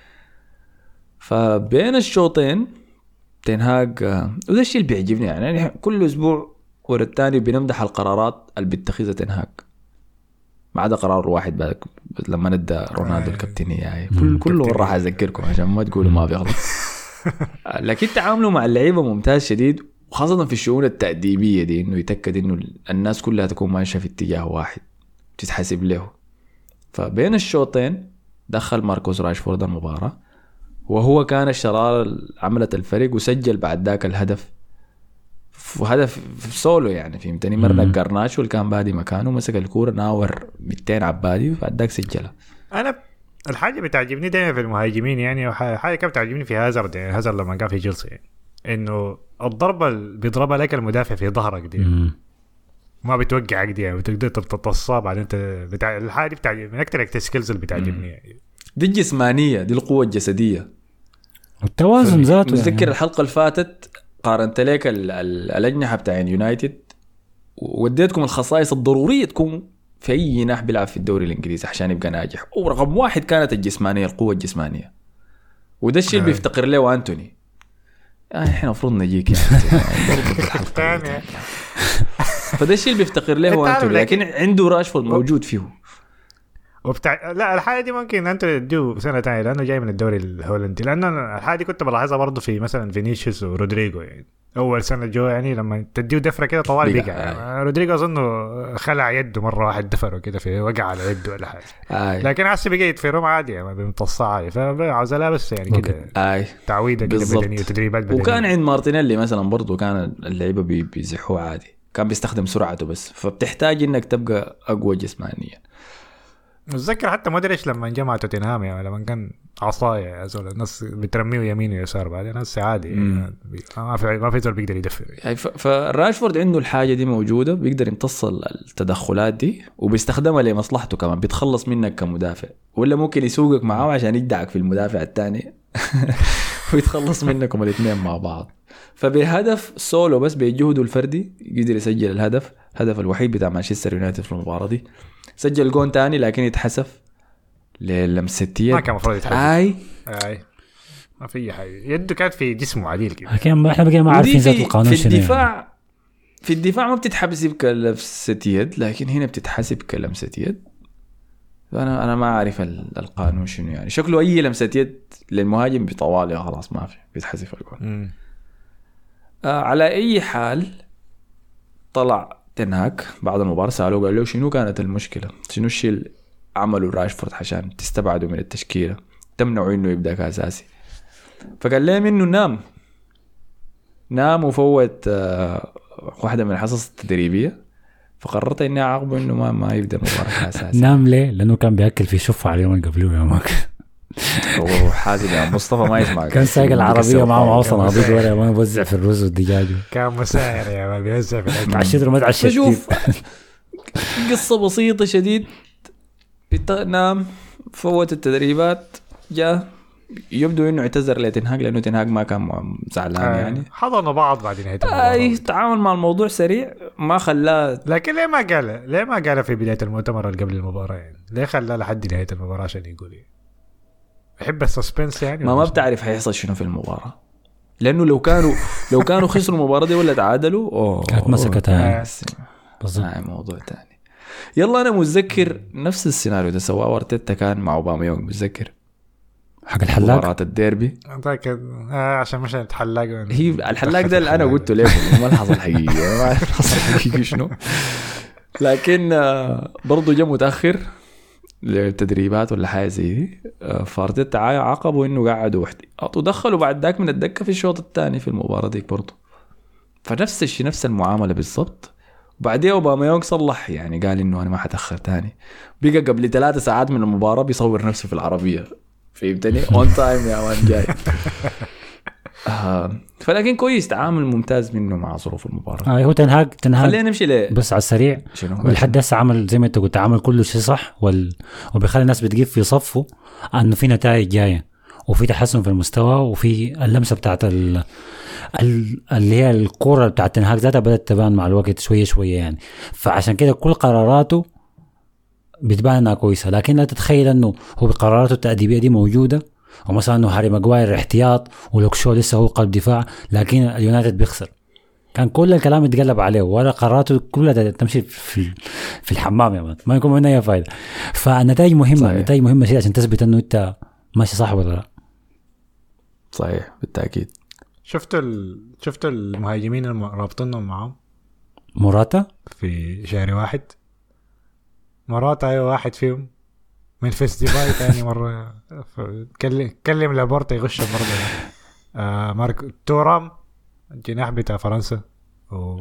فبين الشوطين تنهاج وده الشيء اللي بيعجبني يعني كل اسبوع ورا الثاني بنمدح القرارات اللي بيتخذها تنهاج ما عدا قرار واحد بعد لما ندى رونالدو الكابتنيه يعني كل كله راح اذكركم عشان ما تقولوا ما بيغلط. لكن تعاملوا مع اللعيبه ممتاز شديد وخاصة في الشؤون التأديبية دي إنه يتأكد إنه الناس كلها تكون ماشية في اتجاه واحد تتحسب له. فبين الشوطين دخل ماركوس راشفورد المباراة وهو كان الشرارة عملت الفريق وسجل بعد ذاك الهدف وهدف في سولو يعني فهمتني. مرة قرناشو اللي كان بادي مكانه مسك الكورة ناور مئتين عبادي وبعد ذاك سجلها. أنا الحاجة بتعجبني دائما في المهاجمين يعني حاجة كانت بتعجبني في هازارد يعني هازارد لما كان في جلسة يعني انه الضربه اللي بيضربها لك المدافع في ظهرك دي مم. ما بتوقعك دي يعني بتقدر تتصا بعد انت بتاع الحاجه بتاع من اكثر السكيلز اللي بتعجبني يعني. دي الجسمانيه دي القوه الجسديه والتوازن ذاته. متذكر يعني. الحلقه اللي فاتت قارنت لك الاجنحه بتاع يونايتد وديتكم الخصائص الضروريه تكون في اي ناحيه بيلعب في الدوري الانجليزي عشان يبقى ناجح. ورقم واحد كانت الجسمانيه القوه الجسمانيه وده الشيء اللي بيفتقر له أنتوني. آه احنا مفروض نجيك يعني فده الشيء اللي بيفتقر له أنتوني لكن عنده راشفورد موجود فيه وبتاع. لا الحاجه دي ممكن انت تديه سنه ثانيه لانه جاي من الدوري الهولندي لانه الحاجه دي كنت بلاحظها برضه في مثلا فينيسيوس ورودريجو يعني اول سنه جو يعني لما تديه دفره كده طوال بيقع يعني. رودريجو اظنه خلع يده مره واحد دفره كده في وقع على يده ولا حاجه آي. لكن حسي بقيت في روما عادي يعني بمتص عادي فعاوز لا بس يعني كده تعويده كده بدنيه وتدريبات بدنيه. وكان عند مارتينيلي مثلا برضه كان اللعيبه بيزحوه عادي كان بيستخدم سرعته بس فبتحتاج انك تبقى اقوى جسمانيا. أتذكر حتى ما أدري إيش لما جمع توتنهام يعني لما كان عصاية يا زول الناس بترميه يمين ويسار بعدين ناس عادي يعني ما في ما في زول بيقدر يدفع يعني. فراشفورد عنده الحاجة دي موجودة بيقدر يمتص التدخلات دي وبيستخدمها لمصلحته كمان بيتخلص منك كمدافع ولا ممكن يسوقك معاه عشان يدعك في المدافع الثاني ويتخلص منكم الاثنين مع بعض. فبهدف سولو بس بجهده الفردي يقدر يسجل الهدف هدف الوحيد بتاع مانشستر يونايتد في المباراة دي. سجل جون تاني لكن يتحسف للمستية ما كان مفروض يتحسف. اي اي ما في حاجه يده كانت في جسمه عديل كده كان احنا بقى ما عارفين ذات القانون في الدفاع في الدفاع ما بتتحسب كلمسة يد لكن هنا بتتحسب كلمسة يد. انا انا ما اعرف القانون شنو يعني شكله اي لمسة يد للمهاجم بطوالي خلاص ما في بيتحسب الجول. آه على اي حال طلع تنهاك بعد المباراة سألوه قال له شنو كانت المشكلة شنو الشيء اللي عمله راشفورد عشان تستبعدوا من التشكيلة تمنعوا انه يبدأ كأساسي. فقال لهم انه نام نام وفوت آه واحدة من الحصص التدريبية فقررت اني اعاقبه انه ما ما يبدأ المباراة كأساسي. نام ليه؟ لانه كان بياكل في شفة على اليوم اللي قبله يا ماك. هو حازم يا مصطفى ما يسمع كان سايق العربية معه معوصل عبيد ولا ما يوزع في الرز والدجاج كان مساهر يا ما بيوزع في الأكل عشيت ما تعشيت. شوف قصة بسيطة شديد نام فوت التدريبات جاء يبدو انه اعتذر لتنهاج لانه تنهاج ما كان زعلان آه. يعني حضنوا بعض بعد نهاية المباراة اي تعامل مع الموضوع سريع ما خلاه. لكن ليه ما قال ليه ما قال في بداية المؤتمر قبل المباراة يعني ليه خلاه لحد نهاية المباراة عشان يقول يحب السسبنس يعني ما ما بتعرف هيحصل شنو في المباراة لأنه لو كانوا لو كانوا خسروا المباراة دي ولا تعادلوا أوه كانت مسكتها بالضبط. آه موضوع تاني يلا انا متذكر نفس السيناريو ده سواه ارتيتا كان مع اوباميونغ، متذكر حق الحلاق مباراة الديربي. متاكد آه عشان مش الحلاق هي الحلاق ده اللي انا قلت لكم ما الحصل حقيقي ما الحصل حقيقي شنو، لكن برضه جاء متاخر للتدريبات ولا حاجه زي دي، فارتيتا عاقبوا انه قعدوا احتياط ودخلوا بعد ذاك من الدكه في الشوط الثاني في المباراه ديك برضه. فنفس الشيء نفس المعامله بالضبط. وبعدين اوباميونغ صلح يعني قال انه انا ما حتاخر تاني، بقى قبل ثلاثة ساعات من المباراه بيصور نفسه في العربيه، فهمتني؟ اون تايم يا مان جاي. آه. فلكن كويس، تعامل ممتاز منه مع ظروف المباراه. آه هو تنهاج تنهاج خلينا نمشي ليه بس على السريع. والحد هسه عمل زي ما انت قلت، عمل كل شيء صح وال... وبيخلي الناس بتجيب في صفه انه في نتائج جايه وفي تحسن في المستوى وفي اللمسه بتاعت ال... ال... اللي هي الكوره بتاعت تنهاج ذاتها بدات تبان مع الوقت شويه شويه يعني. فعشان كده كل قراراته بتبان انها كويسه، لكن لا تتخيل انه هو بقراراته التأديبيه دي موجوده، ومثلا انه هاري ماغواير احتياط ولوكشو لسه هو قلب دفاع، لكن اليونايتد بيخسر. كان كل الكلام يتقلب عليه ولا قراراته كلها تمشي في في الحمام يا مان، ما يكون منها اي فايده. فالنتائج مهمه، النتائج مهمه شيء عشان تثبت انه انت ماشي صح ولا لا. صحيح بالتاكيد. شفت ال... شفت المهاجمين اللي رابطينهم معهم موراتا في شهر واحد. موراتا اي واحد فيهم من فيستيفاي تاني مرة كلم كلم لابورتا يغش مرة. آه مارك تورام الجناح بتاع فرنسا و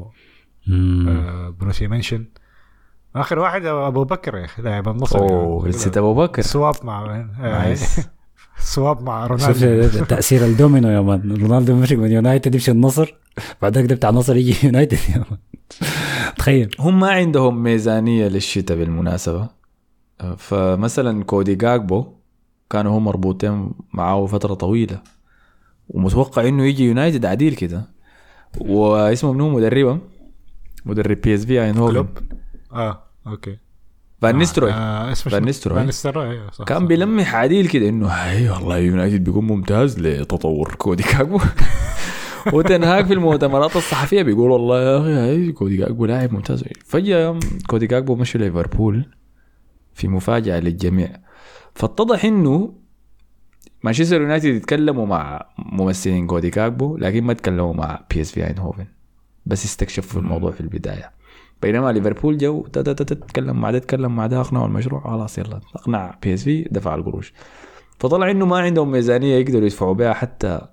آه بروسيا منشن. آخر واحد أبو بكر يا أخي لاعب النصر. أوه لسه أبو بكر سواب مع آه سواب مع رونالدو. شوف تأثير الدومينو يا مان. رونالدو مشي من يونايتد يمشي النصر، بعدك ده بتاع النصر يجي يونايتد يا مان. تخيل. هم ما عندهم ميزانية للشتاء بالمناسبة. فمثلا كودي جاكبو كانوا هم مربوطين معه فترة طويلة ومتوقع انه يجي يونايتد عديل كده، واسمه منه مدربه مدرب بي اس في اينهوفن. اه اوكي فان نيستروي. آه فان نيستروي صح كان صح بيلمح عديل كده انه هاي والله يونايتد بيكون ممتاز لتطور كودي جاكبو. وتنهاك في المؤتمرات الصحفية بيقول والله يا اخي هاي كودي جاكبو لاعب ممتاز. فجأة كودي جاكبو مشي ليفربول في مفاجأة للجميع. فاتضح انه مانشستر يونايتد يتكلموا مع ممثلين كودي جاكبو لكن ما تكلموا مع بي اس في اينهوفن، بس استكشفوا الموضوع في البداية. بينما ليفربول جو تتكلم مع ده تتكلم مع ده اقنعوا المشروع خلاص يلا اقنع بي اس في دفع القروش. فطلع انه ما عندهم ميزانية يقدروا يدفعوا بها حتى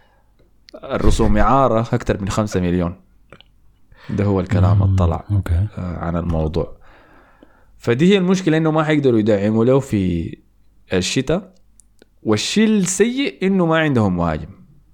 الرسوم إعارة أكثر من خمسة مليون. ده هو الكلام الطلع عن الموضوع. فدي هي المشكلة إنه ما حيقدروا يدعموا له في الشتاء. والشيء السيء إنه ما عندهم مهاجم.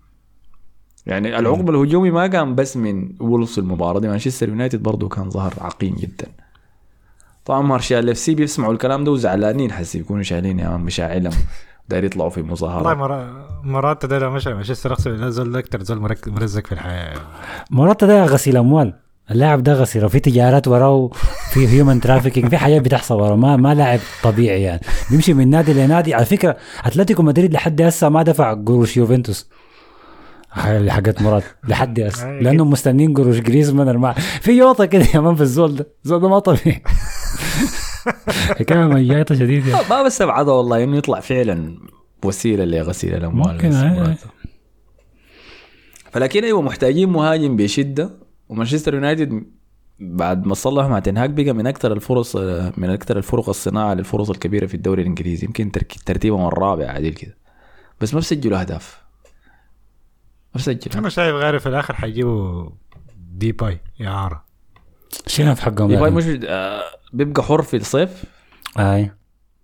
يعني العقب الهجومي ما كان بس من وولفز المباراة دي، مانشستر يونايتد برضو كان ظهر عقيم جدا. طبعا مارشال اف سي بيسمعوا الكلام ده وزعلانين، حسي يكونوا شايلين يا مان مشاعلهم داير يطلعوا في مظاهرة. والله مرات مرات ده مش مانشستر اقصد نزل اكثر زول مرزق في الحياة. مرات ده غسيل اموال، اللاعب ده غسيل، في تجارات وراه، في هيومن ترافيكينج، في حاجات بتحصل وراه، ما ما لاعب طبيعي يعني. بيمشي من نادي لنادي. على فكرة اتلتيكو مدريد لحد هسه ما دفع قروش يوفنتوس حاجات مرات لحد هسه، لانهم مستنين قروش جريزمان المع... في يوطه كده يا مان في الزول ده. الزول ده ما طبيعي. حكايه مياطه شديد يعني. ما بس ابعده والله انه يطلع فعلا وسيله لغسيل الاموال. فلكن ايوه محتاجين مهاجم بشده. ومانشستر يونايتد بعد ما صلح مع تنهاك بقى من اكثر الفرص من اكثر الفرق الصناعه للفرص الكبيره في الدوري الانجليزي، يمكن ترتيبهم الرابع عادل كده، بس ما بسجلوا اهداف. ما بسجل. انا شايف غير في الاخر حيجيبوا دي باي اعاره. شينا في حقهم دي باي مش آه بيبقى حر في الصيف. اي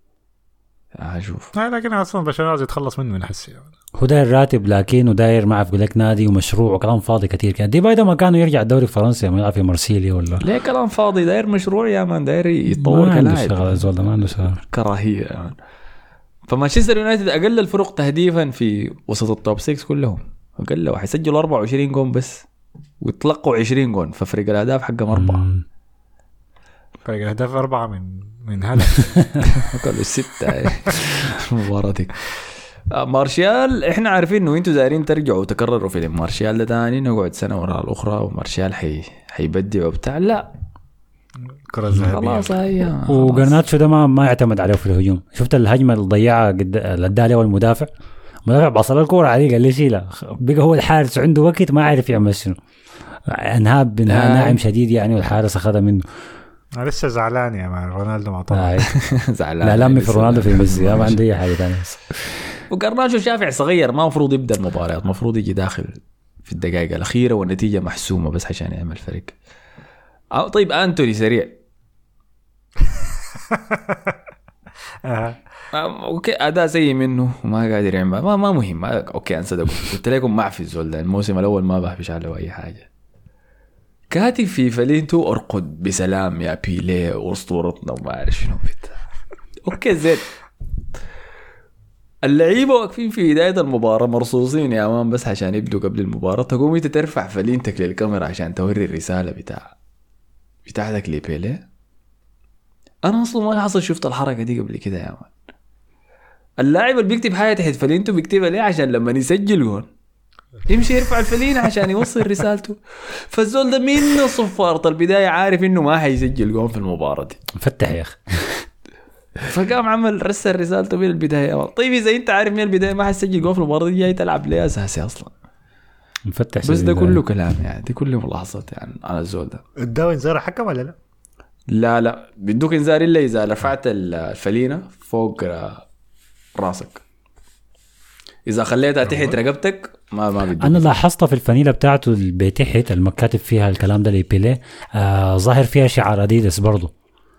اشوف آه لكن اصلا برشلونه عايز يتخلص منه من حسي. هو داير راتب لكن وداير ما اعرف لك نادي ومشروع وكلام فاضي كتير كان. دي باي ده ما كانوا يرجع الدوري الفرنسي ما يلعب في مرسيليا ولا ليه كلام فاضي. داير مشروع يا مان، داير يتطور كلاعب. ما عنده شغل كراهيه يعني. فمانشستر يونايتد اقل الفرق تهديفا في وسط التوب ستة كلهم، اقل واحد يسجلوا أربعة وعشرين جون بس ويطلقوا عشرين جون، ففرق الاهداف حقهم اربعه. فرق الاهداف اربعه من من هلا كانوا سته المباراه دي. مارشال احنا عارفين انه انتوا دايرين ترجعوا وتكرروا فيلم مارشال ده تاني، نقعد سنه وراء الاخرى ومارشال حي حيبدع وبتاع. لا الكرة الذهبية خلاص هي وجرناتشو ده ما ما يعتمد عليه في الهجوم. شفت الهجمه اللي ضيعها قد اللي اداها له المدافع المدافع بصل الكوره عليه قال لي شيلها بقى هو الحارس عنده وقت ما عارف يعمل شنو انهاء بنهاء ناعم شديد يعني والحارس اخذها منه. انا لسه زعلان يا مان رونالدو ما طلع زعلان لا لمي في رونالدو في ميسي ما عندي اي حاجه ثانيه. وجرناتشو شافع صغير ما مفروض يبدا المباريات مفروض يجي داخل في الدقائق الاخيره والنتيجه محسومه بس عشان يعمل فريق. طيب أنتوني سريع اوكي اداء سيء منه وما قادر يعمل ما ما مهم ما اوكي انسى قلت لكم ما في الزول ده الموسم الاول ما بحبش عليه اي حاجه. كاتب في فلينتو ارقد بسلام يا بيلي واسطورتنا وما اعرف شنو بتاع. اوكي زين اللعيبه واقفين في بدايه المباراه مرصوصين يا مان بس عشان يبدوا قبل المباراه تقوم انت ترفع فلينتك للكاميرا عشان توري الرساله بتاع بتاعتك لبيلي. انا اصلا ما حصل شفت الحركه دي قبل كده يا مان. اللاعب اللي بيكتب حاجه تحت فلينتو بيكتبها ليه عشان لما يسجل جون يمشي يرفع الفلينة عشان يوصل رسالته. فالزول ده من صفارة البداية عارف انه ما حيسجل جون في المباراة دي فتح يا اخي فقام عمل رسل رسالته من البداية. طيب اذا انت عارف من البداية ما حيسجل جون في المباراة دي جاي تلعب ليه اساسي اصلا مفتح بس ده كله كلام يعني دي كله ملاحظات يعني على الزول ده. اداو انذار حكم ولا لا؟ لا لا بدوك انذار الا اذا رفعت الفلينة فوق راسك. اذا خليتها تحت رقبتك ما ما بدي. انا لاحظت في الفانيله بتاعته اللي تحت المكاتب فيها الكلام ده لبيليه آه ظاهر فيها شعار اديداس برضو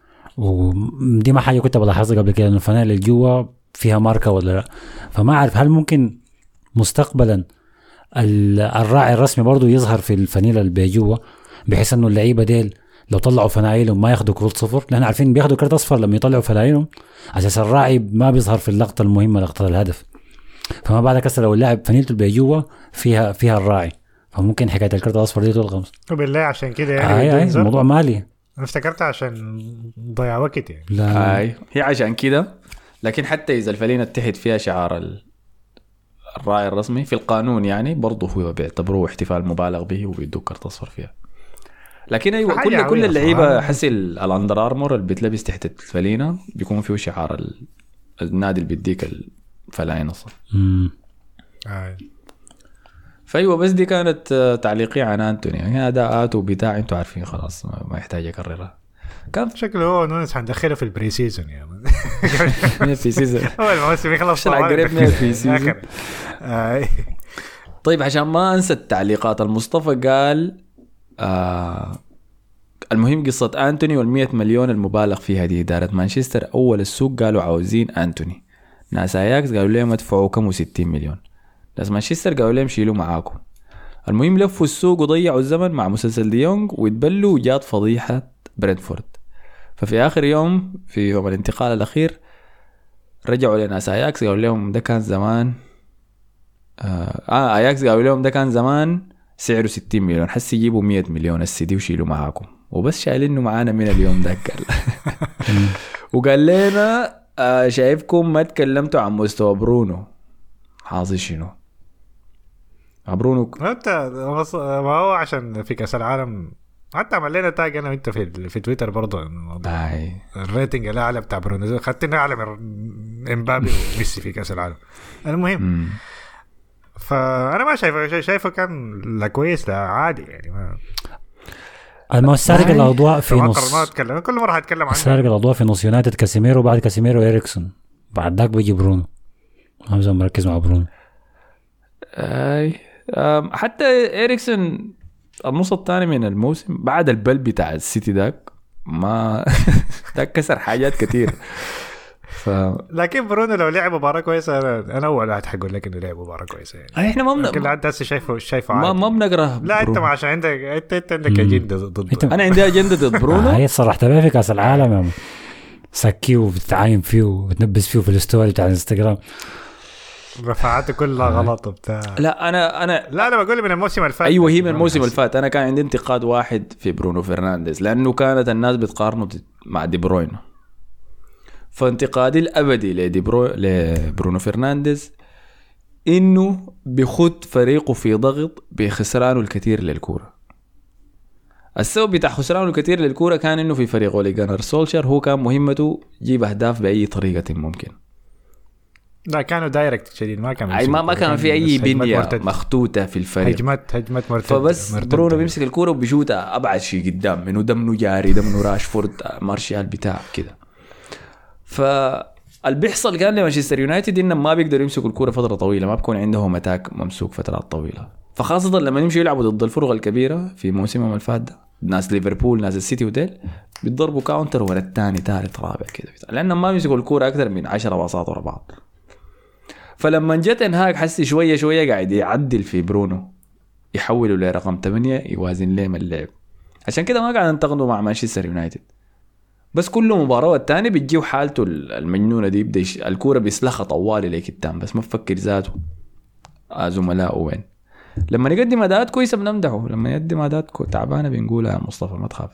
ودي ما حاجه كنت بلاحظها قبل كده انه الفانيله اللي جوا فيها ماركه ولا لا. فما اعرف هل ممكن مستقبلا الراعي الرسمي برضو يظهر في الفانيله اللي جوا بحيث انه اللعيبه ديل لو طلعوا فنايلهم ما ياخدوا كرة صفر لان عارفين بياخدوا كرة اصفر لما يطلعوا فنايلهم اساس الراعي ما بيظهر في اللقطه المهمه لقطه الهدف. فما بعد كسر لو اللاعب فنيلته اللي جوا فيها فيها الراعي فممكن حكايه الكرت الاصفر دي تلغى. بالله عشان كده يعني آه آه الموضوع مالي انا افتكرتها عشان ضيع وقت يعني. لا هاي هي عشان كده. لكن حتى اذا الفلينة تحت فيها شعار الراعي الرسمي في القانون يعني برضه هو بيعتبروه احتفال مبالغ به وبيدوك كرت اصفر فيها. لكن ايوه كل كل اللعيبه حسي الاندر ارمور اللي بتلبس تحت الفلينة بيكون فيه شعار النادي اللي بيديك فلاين اصلا. امم آه. فايوه بس دي كانت تعليقي عن انتوني يعني اداءاته بتاع انتوا عارفين خلاص ما يحتاج اكررها. كان شكله هو نونس حندخله في البري سيزون يا مان في سيزون هو الموسم يخلص قريبنا في سيزون. آه. طيب عشان ما انسى التعليقات المصطفى قال آه المهم قصة أنتوني والمية مليون المبالغ فيها دي إدارة مانشستر أول السوق قالوا عاوزين أنتوني ناس أياكس قالوا لهم ادفعوا كم وستين مليون ناس مانشستر قالوا لهم شيلوا معاكم. المهم لفوا السوق وضيعوا الزمن مع مسلسل ديونج ويتبلوا وجات فضيحة برينتفورد. ففي آخر يوم في يوم الانتقال الأخير رجعوا لناس أياكس قالوا لهم ده كان زمان آه, آه أياكس قالوا لهم ده كان زمان سعره ستين مليون حس يجيبوا مية مليون السيدي وشيلوا معاكم وبس شايلينه معانا من اليوم ده قال وقال لنا آه شايفكم ما تكلمتوا عن مستوى برونو حاصل شنو برونو انت ما هو عشان في كاس العالم حتى عمل لنا تاج انا وانت في في تويتر برضه الريتنج الاعلى بتاع برونو خدتنا اعلى من امبابي وميسي في كاس العالم. المهم فانا ما شايفه شايفه كان لا كويس لا عادي يعني ما ما سارق الاضواء في نص ما اتكلم كل مره هتكلم عنه سارق الاضواء في نص يونايتد كاسيميرو بعد كاسيميرو إريكسون بعد ذاك بيجي برونو همزه مركز مع برونو. اي حتى إريكسون النص الثاني من الموسم بعد البل بتاع السيتي داك ما تكسر حاجات كتير ف... لكن برونو لو لعب مباراة كويسة أنا, أنا أول واحد حقول لك إنه لعب مباراة كويسة يعني. إحنا ما بن... لكن لعد هسه شايفه شايفه ما ما بنقرأ لا أنت ما عشان عندك أنت أنت عندك أجندة ضد أنا عندي أجندة ضد برونو. هي صرحت بها في كأس العالم يا سكيه وبتتعاين فيه وبتنبس فيه في الستوري بتاع الانستغرام رفعاته كلها غلط وبتاع. لا أنا أنا لا أنا بقول من الموسم الفات. أيوة هي من الموسم الفات. أنا كان عندي انتقاد واحد في برونو فرنانديز لأنه كانت الناس بتقارنه مع دي بروين. فانتقادي الأبدي لدي برو... لبرونو فرنانديز إنه بيخد فريقه في ضغط بخسرانه الكثير للكورة. السبب بتاع خسرانه الكثير للكوره كان انه في فريق اولي جانر سولشر هو كان مهمته يجيب اهداف باي طريقه ممكن. لا كانوا دايركت شديد ما كان اي ما ما كان في اي بنيه مخطوطه في الفريق. هجمات هجمات مرتده. فبس مرتدة. برونو بيمسك الكوره وبيشوتها ابعد شيء قدام منه، ده منه جاري، ده منه راشفورد مارشال بتاع كده. فاللي بيحصل كان لمانشستر يونايتد انهم ما بيقدروا يمسكوا الكوره فتره طويله، ما بيكون عندهم اتاك ممسوك فترات طويله. فخاصه لما يمشوا يلعبوا ضد الفرق الكبيره في موسمهم الفات ده، ناس ليفربول ناس السيتي وديل بيضربوا كاونتر ورا الثاني ثالث رابع كده، لانهم ما بيمسكوا الكوره اكثر من عشرة باصات ورا بعض. فلما جت انهاك حسي شويه شويه قاعد يعدل في برونو، يحوله لرقم ثمانية يوازن لهم اللعب. عشان كده ما قاعد ننتقده مع مانشستر يونايتد، بس كل مباراه والتاني بتجيو حالته المجنونه دي، يبدا الكوره بيسلخها طوالي ليك التام بس ما بفكر ذاته زملائه وين. لما يقدم اداءات كويسه بنمدحه، لما يقدم اداءات تعبانه بنقولها يا مصطفى ما تخاف.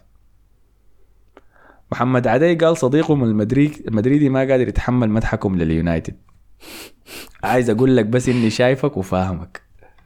محمد عدي قال صديقهم المدريد المدريدي ما قادر يتحمل مدحكم لليونايتد. عايز اقول لك بس اني شايفك وفاهمك.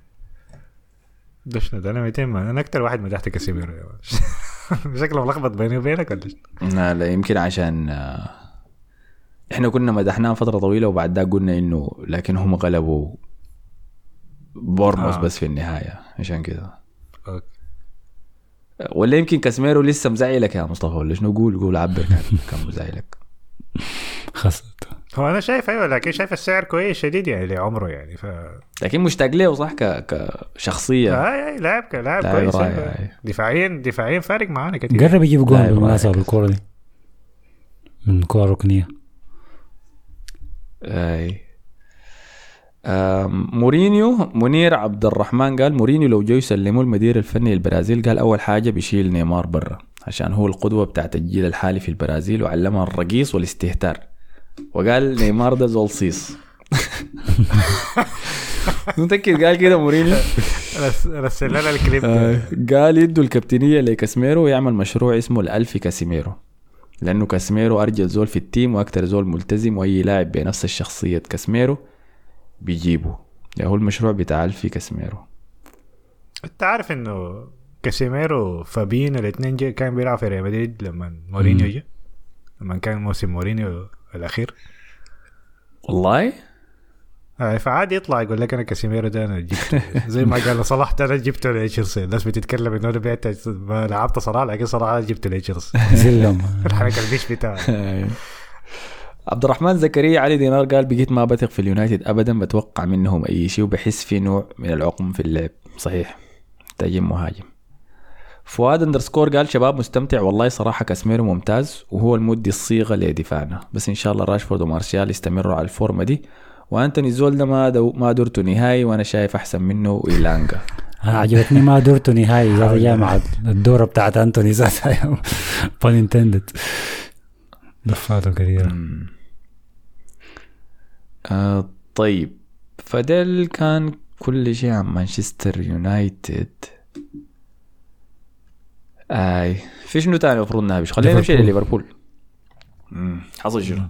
ده شنو ده؟ انا ميتين انا اكتر واحد مدحت كاسيميرو شكله ملخبط بيني وبينك ولا لا لا يمكن عشان احنا كنا مدحناه فتره طويله وبعد ده قلنا انه لكن هم غلبوا بورموس آه. بس في النهايه عشان كده. أوكي. ولا يمكن كاسيميرو لسه مزعلك يا مصطفى ولا شنو؟ قول قول عبر كان كان مزعلك. خسرت. هو انا شايف ايوه لكن شايف السعر كويس شديد يعني لعمره يعني ف لكن مشتاق له صح ك كشخصيه. اه اي لاعب لاعب كويس دفاعيا دفاعيا فارق معانا كتير. قرب يجيب جول بالمناسبه بالكوره دي من كوره ركنيه. اي مورينيو منير عبد الرحمن قال مورينيو لو جو يسلموا المدير الفني للبرازيل قال اول حاجه بيشيل نيمار برا عشان هو القدوه بتاعت الجيل الحالي في البرازيل وعلمها الرقيص والاستهتار، وقال نيمار ده زول صيص. متأكد قال كده مورينيو؟ رسل لنا الكليب. قال يدوا الكابتنيه لكاسيميرو ويعمل مشروع اسمه الألفي كاسيميرو، لانه كاسيميرو ارجل زول في التيم واكتر زول ملتزم، واي لاعب بنفس الشخصيه كاسيميرو بيجيبه. يعني هو المشروع بتاع الفي كاسيميرو. انت عارف انه كاسيميرو فابين الاثنين جاي كان بيلعب في ريال مدريد لما مورينيو جه، لما كان موسم مورينيو الاخير. والله فعادي يطلع يقول لك انا كاسيميرو ده انا جبته زي ما قال صلاح ده انا جبته لتشيلسي. الناس بتتكلم انه انا بعت ما لعبت صلاح لكن صلاح جبته لتشيلسي. زلهم الحركه البيش بتاعه. عبد الرحمن زكريا علي دينار قال بقيت ما بثق في اليونايتد ابدا، بتوقع منهم اي شيء وبحس في نوع من العقم في اللعب. صحيح تاجم مهاجم. فؤاد اندرسكور قال شباب مستمتع والله صراحه كاسميرو ممتاز وهو المدي الصيغه لدفاعنا، بس ان شاء الله راشفورد ومارسيال يستمروا على الفورمه دي، وانتوني زول ده ما دو ما دورته نهائي وانا شايف احسن منه إيلانجا. عجبتني ما دورته نهائي ذات جاء مع الدوره بتاعت انتوني ذاتها بون انتندد دفاته كثيره. آه طيب فدل كان كل شيء عن مانشستر يونايتد. اي في شنو تاني المفروض نهبش؟ خلينا نمشي لليفربول. امم حصل شنو؟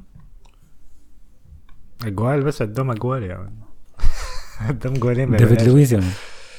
اجوال بس قدام اجوال يعني قدام جولين. ديفيد لويس يعني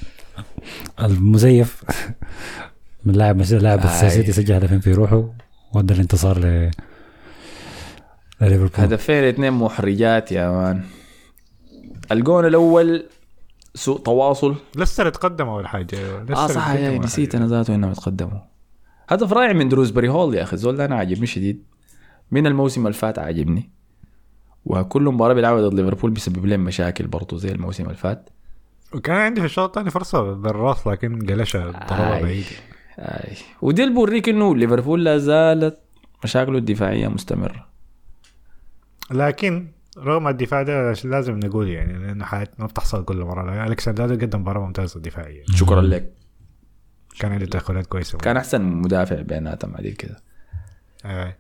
المزيف من لاعب مثل لاعب السيتي سجل هدفين في روحه وادى الانتصار ل ليفربول. هدفين اثنين محرجات يا مان. الجون الاول سوء تواصل، لسه تقدموا اول حاجه. اه صح يعني نسيت انا ذاته انهم يتقدموا. هدف رائع من دروزبري هول يا اخي، الزول ده انا عاجبني شديد من الموسم الفات عاجبني، وكل مباراه بيلعبوا ضد ليفربول بيسبب لهم مشاكل برضو زي الموسم الفات. وكان عندي في الشوط الثاني فرصه بالراس لكن جلشه ضربه بعيد. اي ودي البوريك انه ليفربول لا زالت مشاكله الدفاعيه مستمره، لكن رغم الدفاع ده لازم نقول يعني لانه حاجات ما بتحصل كل مره. الكسندر قدم مباراه ممتازه دفاعيه. شكرا لك. كان عنده تدخلات كويسه، كان احسن مدافع بيناتهم عديل كده. اي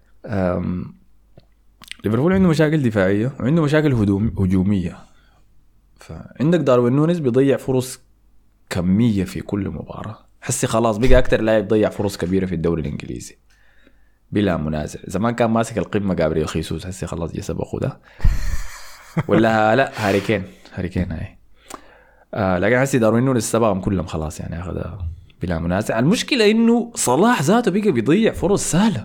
ليفربول عنده مشاكل دفاعيه وعنده مشاكل هجوم هجوميه. فعندك داروين نونيز بيضيع فرص كميه في كل مباراه، حسي خلاص بقى اكتر لاعب ضيع فرص كبيره في الدوري الانجليزي بلا منازع. زمان كان ماسك القمه جابرييل خيسوس، حسي خلاص جسب اخو ده ولا لا هاري كين هاري كين هاي. آه لكن حسي داروين نونيز سبقهم كلهم خلاص يعني اخذ بلا منازع. المشكلة إنه صلاح ذاته بقى بيضيع فرص سهلة،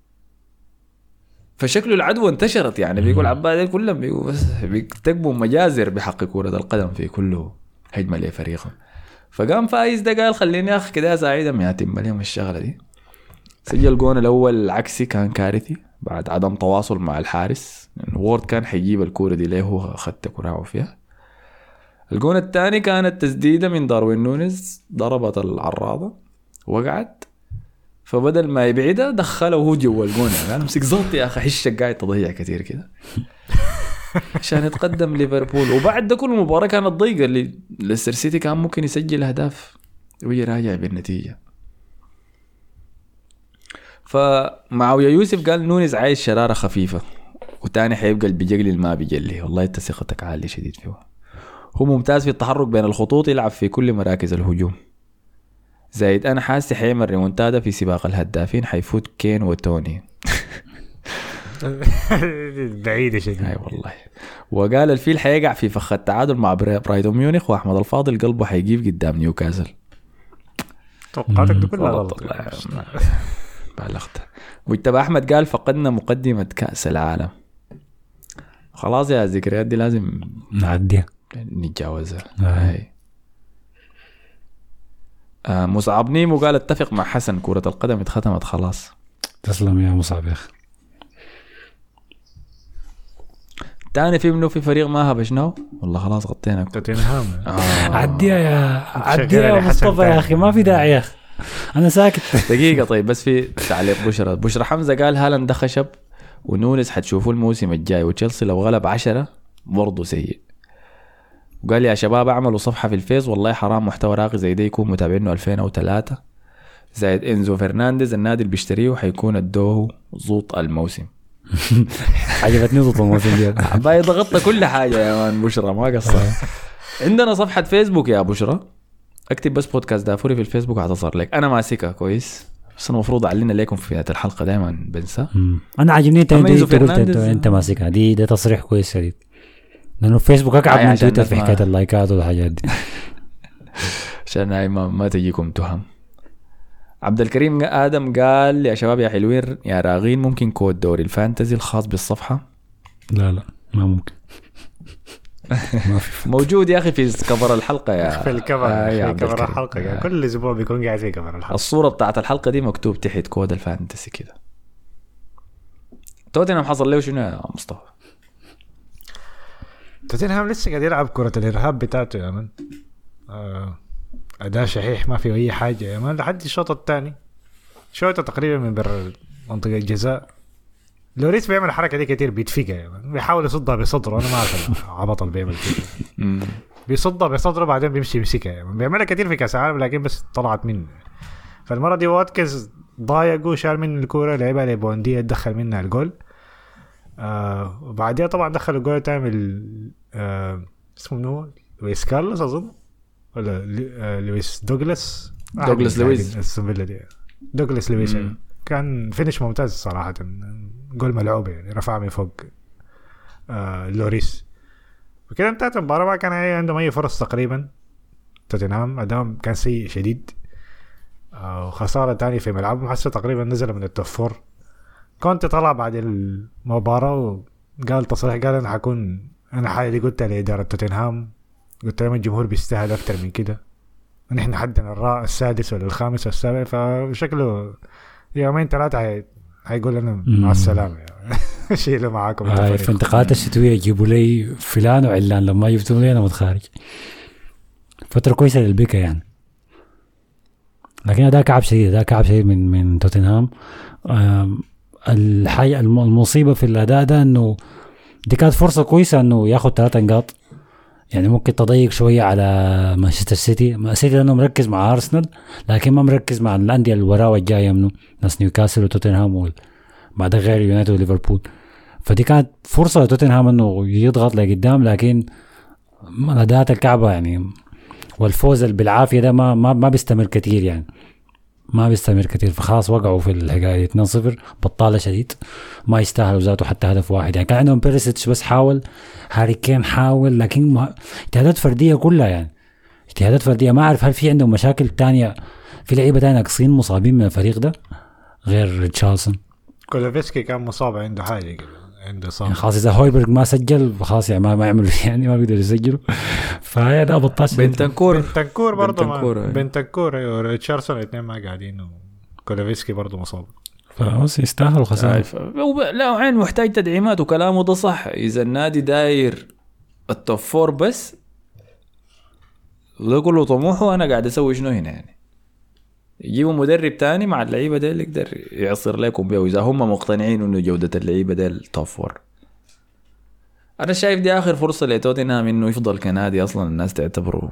فشكله العدوى انتشرت يعني. بيقول عبادين كلهم بيقول بس بيكتبوا مجازر بحق كرة القدم في كله هجمة لفريقهم. فقام فايز ده قال خليني أخ كده سعيدهم يتم لهم الشغلة دي. سجل جون الأول العكسي كان كارثي بعد عدم تواصل مع الحارس، وورد كان حيجيب الكورة دي ليه هو أخذت كراعه فيها. الجون الثاني كانت تسديدة من داروين نونيز ضربت العراضة وقعت، فبدل ما يبعدها دخله هو جوا الجون. يعني أنا مسك زلط يا أخي حشك قاعد تضيع كتير كده عشان يتقدم ليفربول. وبعد ده كل مباراة كانت ضيقة اللي ليستر سيتي كان ممكن يسجل أهداف وهي راجع بالنتيجة. فمعاوية يوسف قال نونيز عايز شرارة خفيفة وتاني حيبقى اللي بيجلي ما بيجلي. والله انت ثقتك عالية شديد فيه. هو ممتاز في التحرك بين الخطوط، يلعب في كل مراكز الهجوم. زايد انا حاسس حيعمل ريمونتادا في سباق الهدافين، حيفوت كين وتوني بعيدة شديد. اي والله. وقال الفيل حيقع في فخ التعادل مع برايتون ميونخ، واحمد الفاضل قلبه حيجيب قدام نيوكاسل. توقعاتك دي كلها غلط. بالغت. ويتبع احمد قال فقدنا مقدمة كأس العالم. خلاص يا الذكريات دي لازم نعديها نتجاوزها. هاي آه مصعب نيمو قال اتفق مع حسن كرة القدم اتختمت خلاص. تسلم يا مصعب يا اخي. تاني في منه في فريق ما هبشناه والله خلاص غطينا توتنهام. آه. عديها يا عديها يا مصطفى يا اخي ما في داعي يا اخي انا ساكت. دقيقة طيب بس في تعليق بشرى بشرى حمزة قال هالاند ده خشب ونونس حتشوفوا الموسم الجاي، وتشيلسي لو غلب عشرة برضو سيء. وقال يا شباب اعملوا صفحة في الفيس والله حرام محتوى راقي زي ده يكون متابعينه ألفين وثلاثة. زائد انزو فرنانديز النادي اللي بيشتريه حيكون ادوه زوط الموسم. عجبتني زوط الموسم دي باي ضغطت كل حاجة يا مان. بشرى ما قصر. عندنا صفحة فيسبوك يا بشرى، اكتب بس بودكاست دافوري في الفيسبوك هتصار لك. انا ماسكها كويس بس المفروض اعلن لكم في نهاية الحلقة دايما بنسى. انا عاجبني انت قلت انت, انت ماسكها دي ده تصريح كويس شديد لانه فيسبوك اكعب من تويتر في حكاية اللايكات والحاجات دي عشان هاي ما, ما تجيكم تهم. عبد الكريم آدم قال يا شباب يا حلوين يا راغين ممكن كود دوري الفانتزي الخاص بالصفحة؟ لا لا ما ممكن. ما في موجود يا أخي في كفر الحلقة يا في الكفر آه في كفر الحلقة آه. كل أسبوع بيكون قاعد في كفر الحلقة. الصورة بتاعت الحلقة دي مكتوب تحت كود الفانتزي كده. توتنهام حصل له شنو يا مصطفى؟ توتنهام لسه قاعد يلعب كرة الإرهاب بتاعته يا من آه. أداء شحيح ما في أي حاجة يا مان لحد الشوط الثاني شوطه تقريبا من برا منطقة الجزاء. لوريس بيعمل الحركة دي كتير بيتفقها يا مان بيحاول يصدها بصدره. أنا ما أعرف عبطل بيعمل كده بيصدها بصدره بعدين بيمشي يمسكها يا مان. بيعملها كتير في كأس العالم لكن بس طلعت منه. فالمرة دي واتكنز ضايقه شال من الكورة لعبها لبوندية دخل منها الجول. آه وبعدها طبعا دخل الجول تعمل آه اسمه منو لويس كارلوس أظن ولا لويس دوغلاس دوغلاس لويس دوغلاس لويس كان فينش ممتاز صراحة. جول ملعوب يعني رفع من فوق آه لوريس. وكده انتهت المباراة ما كان عندهم أي فرص تقريبا. توتنهام أدام كان سيء شديد آه وخسارة تانية في ملعبهم حسوا تقريبا نزل من التوب فور. كنت طلع بعد المباراة وقال تصريح قال أنا حكون أنا حالي قلت لإدارة توتنهام قلت لهم الجمهور بيستاهل أكتر من كده. نحن حدنا الراء السادس ولا الخامس والسابع فشكله يومين ثلاثة هي هيقول لنا مع السلامة شيلوا معاكم. هاي في انتقالات الشتوية يجيبوا لي فلان وعلان لما يفتون لي أنا متخارج فترة كويسة للبيكا يعني. لكن ده كعب شديد ده كعب شديد من من توتنهام. الحاجة المصيبة في الأداء ده إنه دي كانت فرصة كويسة إنه ياخد ثلاثة نقاط يعني ممكن تضيق شوية على مانشستر سيتي. ما سيتي لأنه مركز مع أرسنال لكن ما مركز مع الأندية الوراء والجاية منه ناس نيوكاسل وتوتنهام وبعد غير يونايتد وليفربول. فدي كانت فرصة لتوتنهام إنه يضغط لقدام لكن الأداءات الكعبة يعني والفوز بالعافية ده ما ما ما بيستمر كتير يعني ما بيستمر كتير. فخلاص وقعوا في الحكاية اثنين صفر بطالة شديد ما يستاهلوا ذاته حتى هدف واحد يعني. كان عندهم بيريسيتش بس حاول هاري كين حاول لكن اجتهادات فردية كلها يعني اجتهادات فردية. ما أعرف هل في عندهم مشاكل تانية في لعيبه تانية ناقصين مصابين من الفريق ده غير ريتشاردسون. كولوفسكي كان مصاب عنده حاجه كده عنده صاب يعني خلاص اذا هويبرغ ما سجل خلاص يعني ما ما يعملوا يعني ما بيقدر يسجلوا. فهي ده بطاش. بنتنكور بنتنكور برضه بنتنكور، أيوة. بنتنكور ايوه ريتشاردسون الاثنين ما قاعدين وكولوفسكي برضه مصاب. فبس يستاهلوا خساره. لا عين محتاج تدعيمات وكلامه ده صح. اذا النادي داير التوب فور بس وده كله طموحه، انا قاعد اسوي شنو هنا يعني؟ يجيبوا مدرب تاني مع اللعيبه دي اللي يقدر يعصر لكم بيه اذا هم مقتنعين انه جوده اللعيبه دي التوب فور. انا شايف دي اخر فرصه لتوتنهام انه يفضل كنادي اصلا الناس تعتبره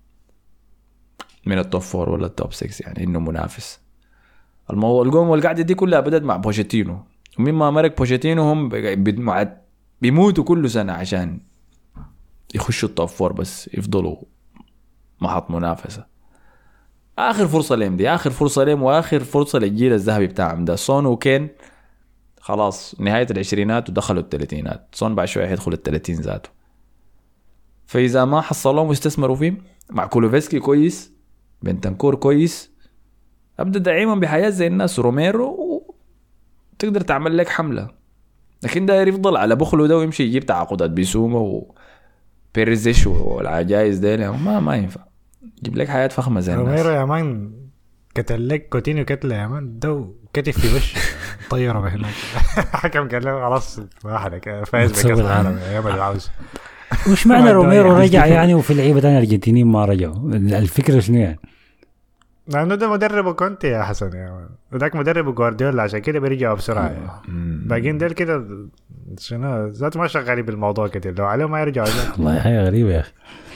من التوب فور ولا التوب ستة، يعني انه منافس. الموضوع القوم والقعده دي كلها بدت مع بوشيتينو، ومما مرق بوشيتينو هم بيموتوا كل سنه عشان يخشوا التوب فور بس يفضلوا محط منافسه. اخر فرصه لهم دي، اخر فرصه لهم واخر فرصه للجيل الذهبي بتاعهم ده. سون وكين خلاص نهايه العشرينات ودخلوا الثلاثينات، سون بعد شويه هيدخل الثلاثين ذاته. فاذا ما حصلوهم واستثمروا فيهم مع كولوفسكي كويس، بنتنكور كويس، ابدا دعيما بحياه زي الناس روميرو تقدر تعمل لك حمله. لكن ده يفضل على بخله ده ويمشي يجيب تعاقدات بيسوما وبيريزيش والعجائز ده ما ما ينفع جيب لك حياه فخمه زي الناس. روميرو يا مان قتل لك كوتينيو كتله يا مان ده كتف في وش طيره بهناك. حكم قال له خلاص واحد فايز بكاس العالم يا ما العاوز. وش معنى روميرو رجع يعني وفي لعيبه ثانيه الارجنتينيين ما رجعوا؟ الفكره شنو يعني؟ لانه ده مدرب كونتي يا حسن يا وذاك مدرب جوارديولا عشان كده بيرجعوا بسرعه يعني. باقيين ديل كده شنو ذات ما شغالين بالموضوع كتير لو عليهم ما يرجعوا. والله حاجه غريبه يا اخي.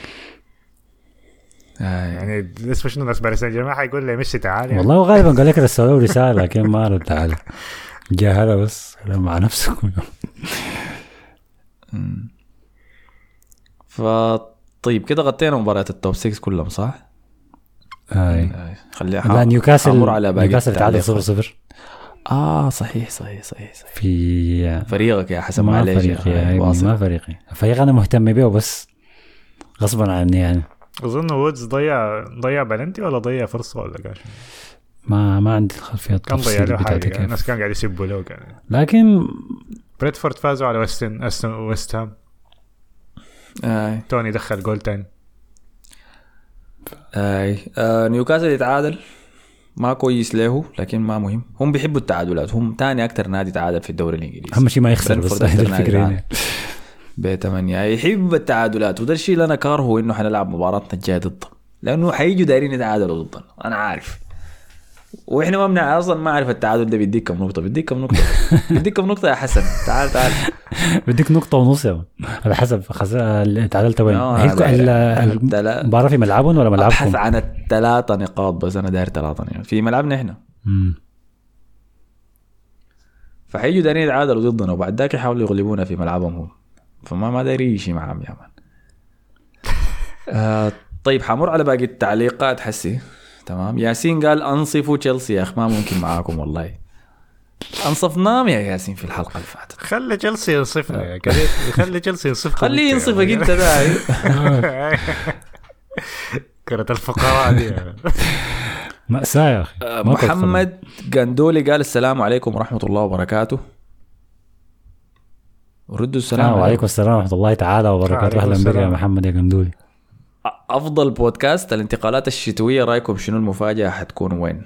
يعني اسمه شنو ناس باريس سان جيرمان حيقول لي ميسي تعال يعني. والله غالبا قال لك رسالة رسالة لكن ما رد تعال جاء هذا بس مع نفسكم. فطيب كده غطينا مباريات التوب ستة كلهم صح؟ اي خليها لا نيوكاسل نيوكاسل تعادل صفر صفر. اه صحيح صحيح صحيح, صحيح. في فريقك يا حسن ما فريقي يا ما فريقي فريق انا مهتم بيه بس غصبا عني يعني. اظن وودز ضيع ضيع بلنتي ولا ضيع فرصه ولا قاش ما ما عندي الخلفيه كان ضيع له حاجه. الناس كان قاعد يسبوا له كان. لكن بريدفورد فازوا على ويستن استون ويست هام. اي توني دخل جول تاني. اي آه نيوكاسل يتعادل ما كويس له لكن ما مهم. هم بيحبوا التعادلات، هم تاني اكتر نادي تعادل في الدوري الانجليزي. اهم شيء ما يخسر بس هذه الفكره بثمانية يحب التعادلات. وده الشيء اللي أنا كارهه إنه حنلعب مباراتنا الجاية ضده لأنه حييجوا دايرين يتعادلوا ضدنا أنا عارف. وإحنا ما بنع أصلا ما عارف التعادل ده بيديك كم نقطة بيديك كم نقطة بيديك كم نقطة يا حسن تعال تعال بديك نقطة ونص يا على حسب خسر تعادلت وين. المباراة في ملعبهم ولا ملعبكم؟ أبحث عن الثلاثة نقاط بس أنا داير ثلاثة يعني في ملعبنا إحنا. فحييجوا دايرين يتعادلوا ضدنا وبعد ذاك يحاولوا يغلبونا في ملعبهم هم. فما ما داري شيء معهم يا مان. آه طيب حمر على باقي التعليقات حسي تمام. ياسين قال انصفوا تشيلسي يا اخ ما ممكن معاكم والله. انصفناهم يا ياسين في الحلقه اللي فاتت. خلي تشيلسي ينصفنا يا كريم خلي تشيلسي ينصفك خليه ينصفك انت ده. كرة الفقراء دي مأساة يا اخي. آه محمد قندولي قال السلام عليكم ورحمه الله وبركاته. وردوا السلام آه وعليكم السلام ورحمة الله تعالى وبركاته. أهلا بك يا محمد يا قندولي. أفضل بودكاست الانتقالات الشتوية رأيكم شنو المفاجأة حتكون وين؟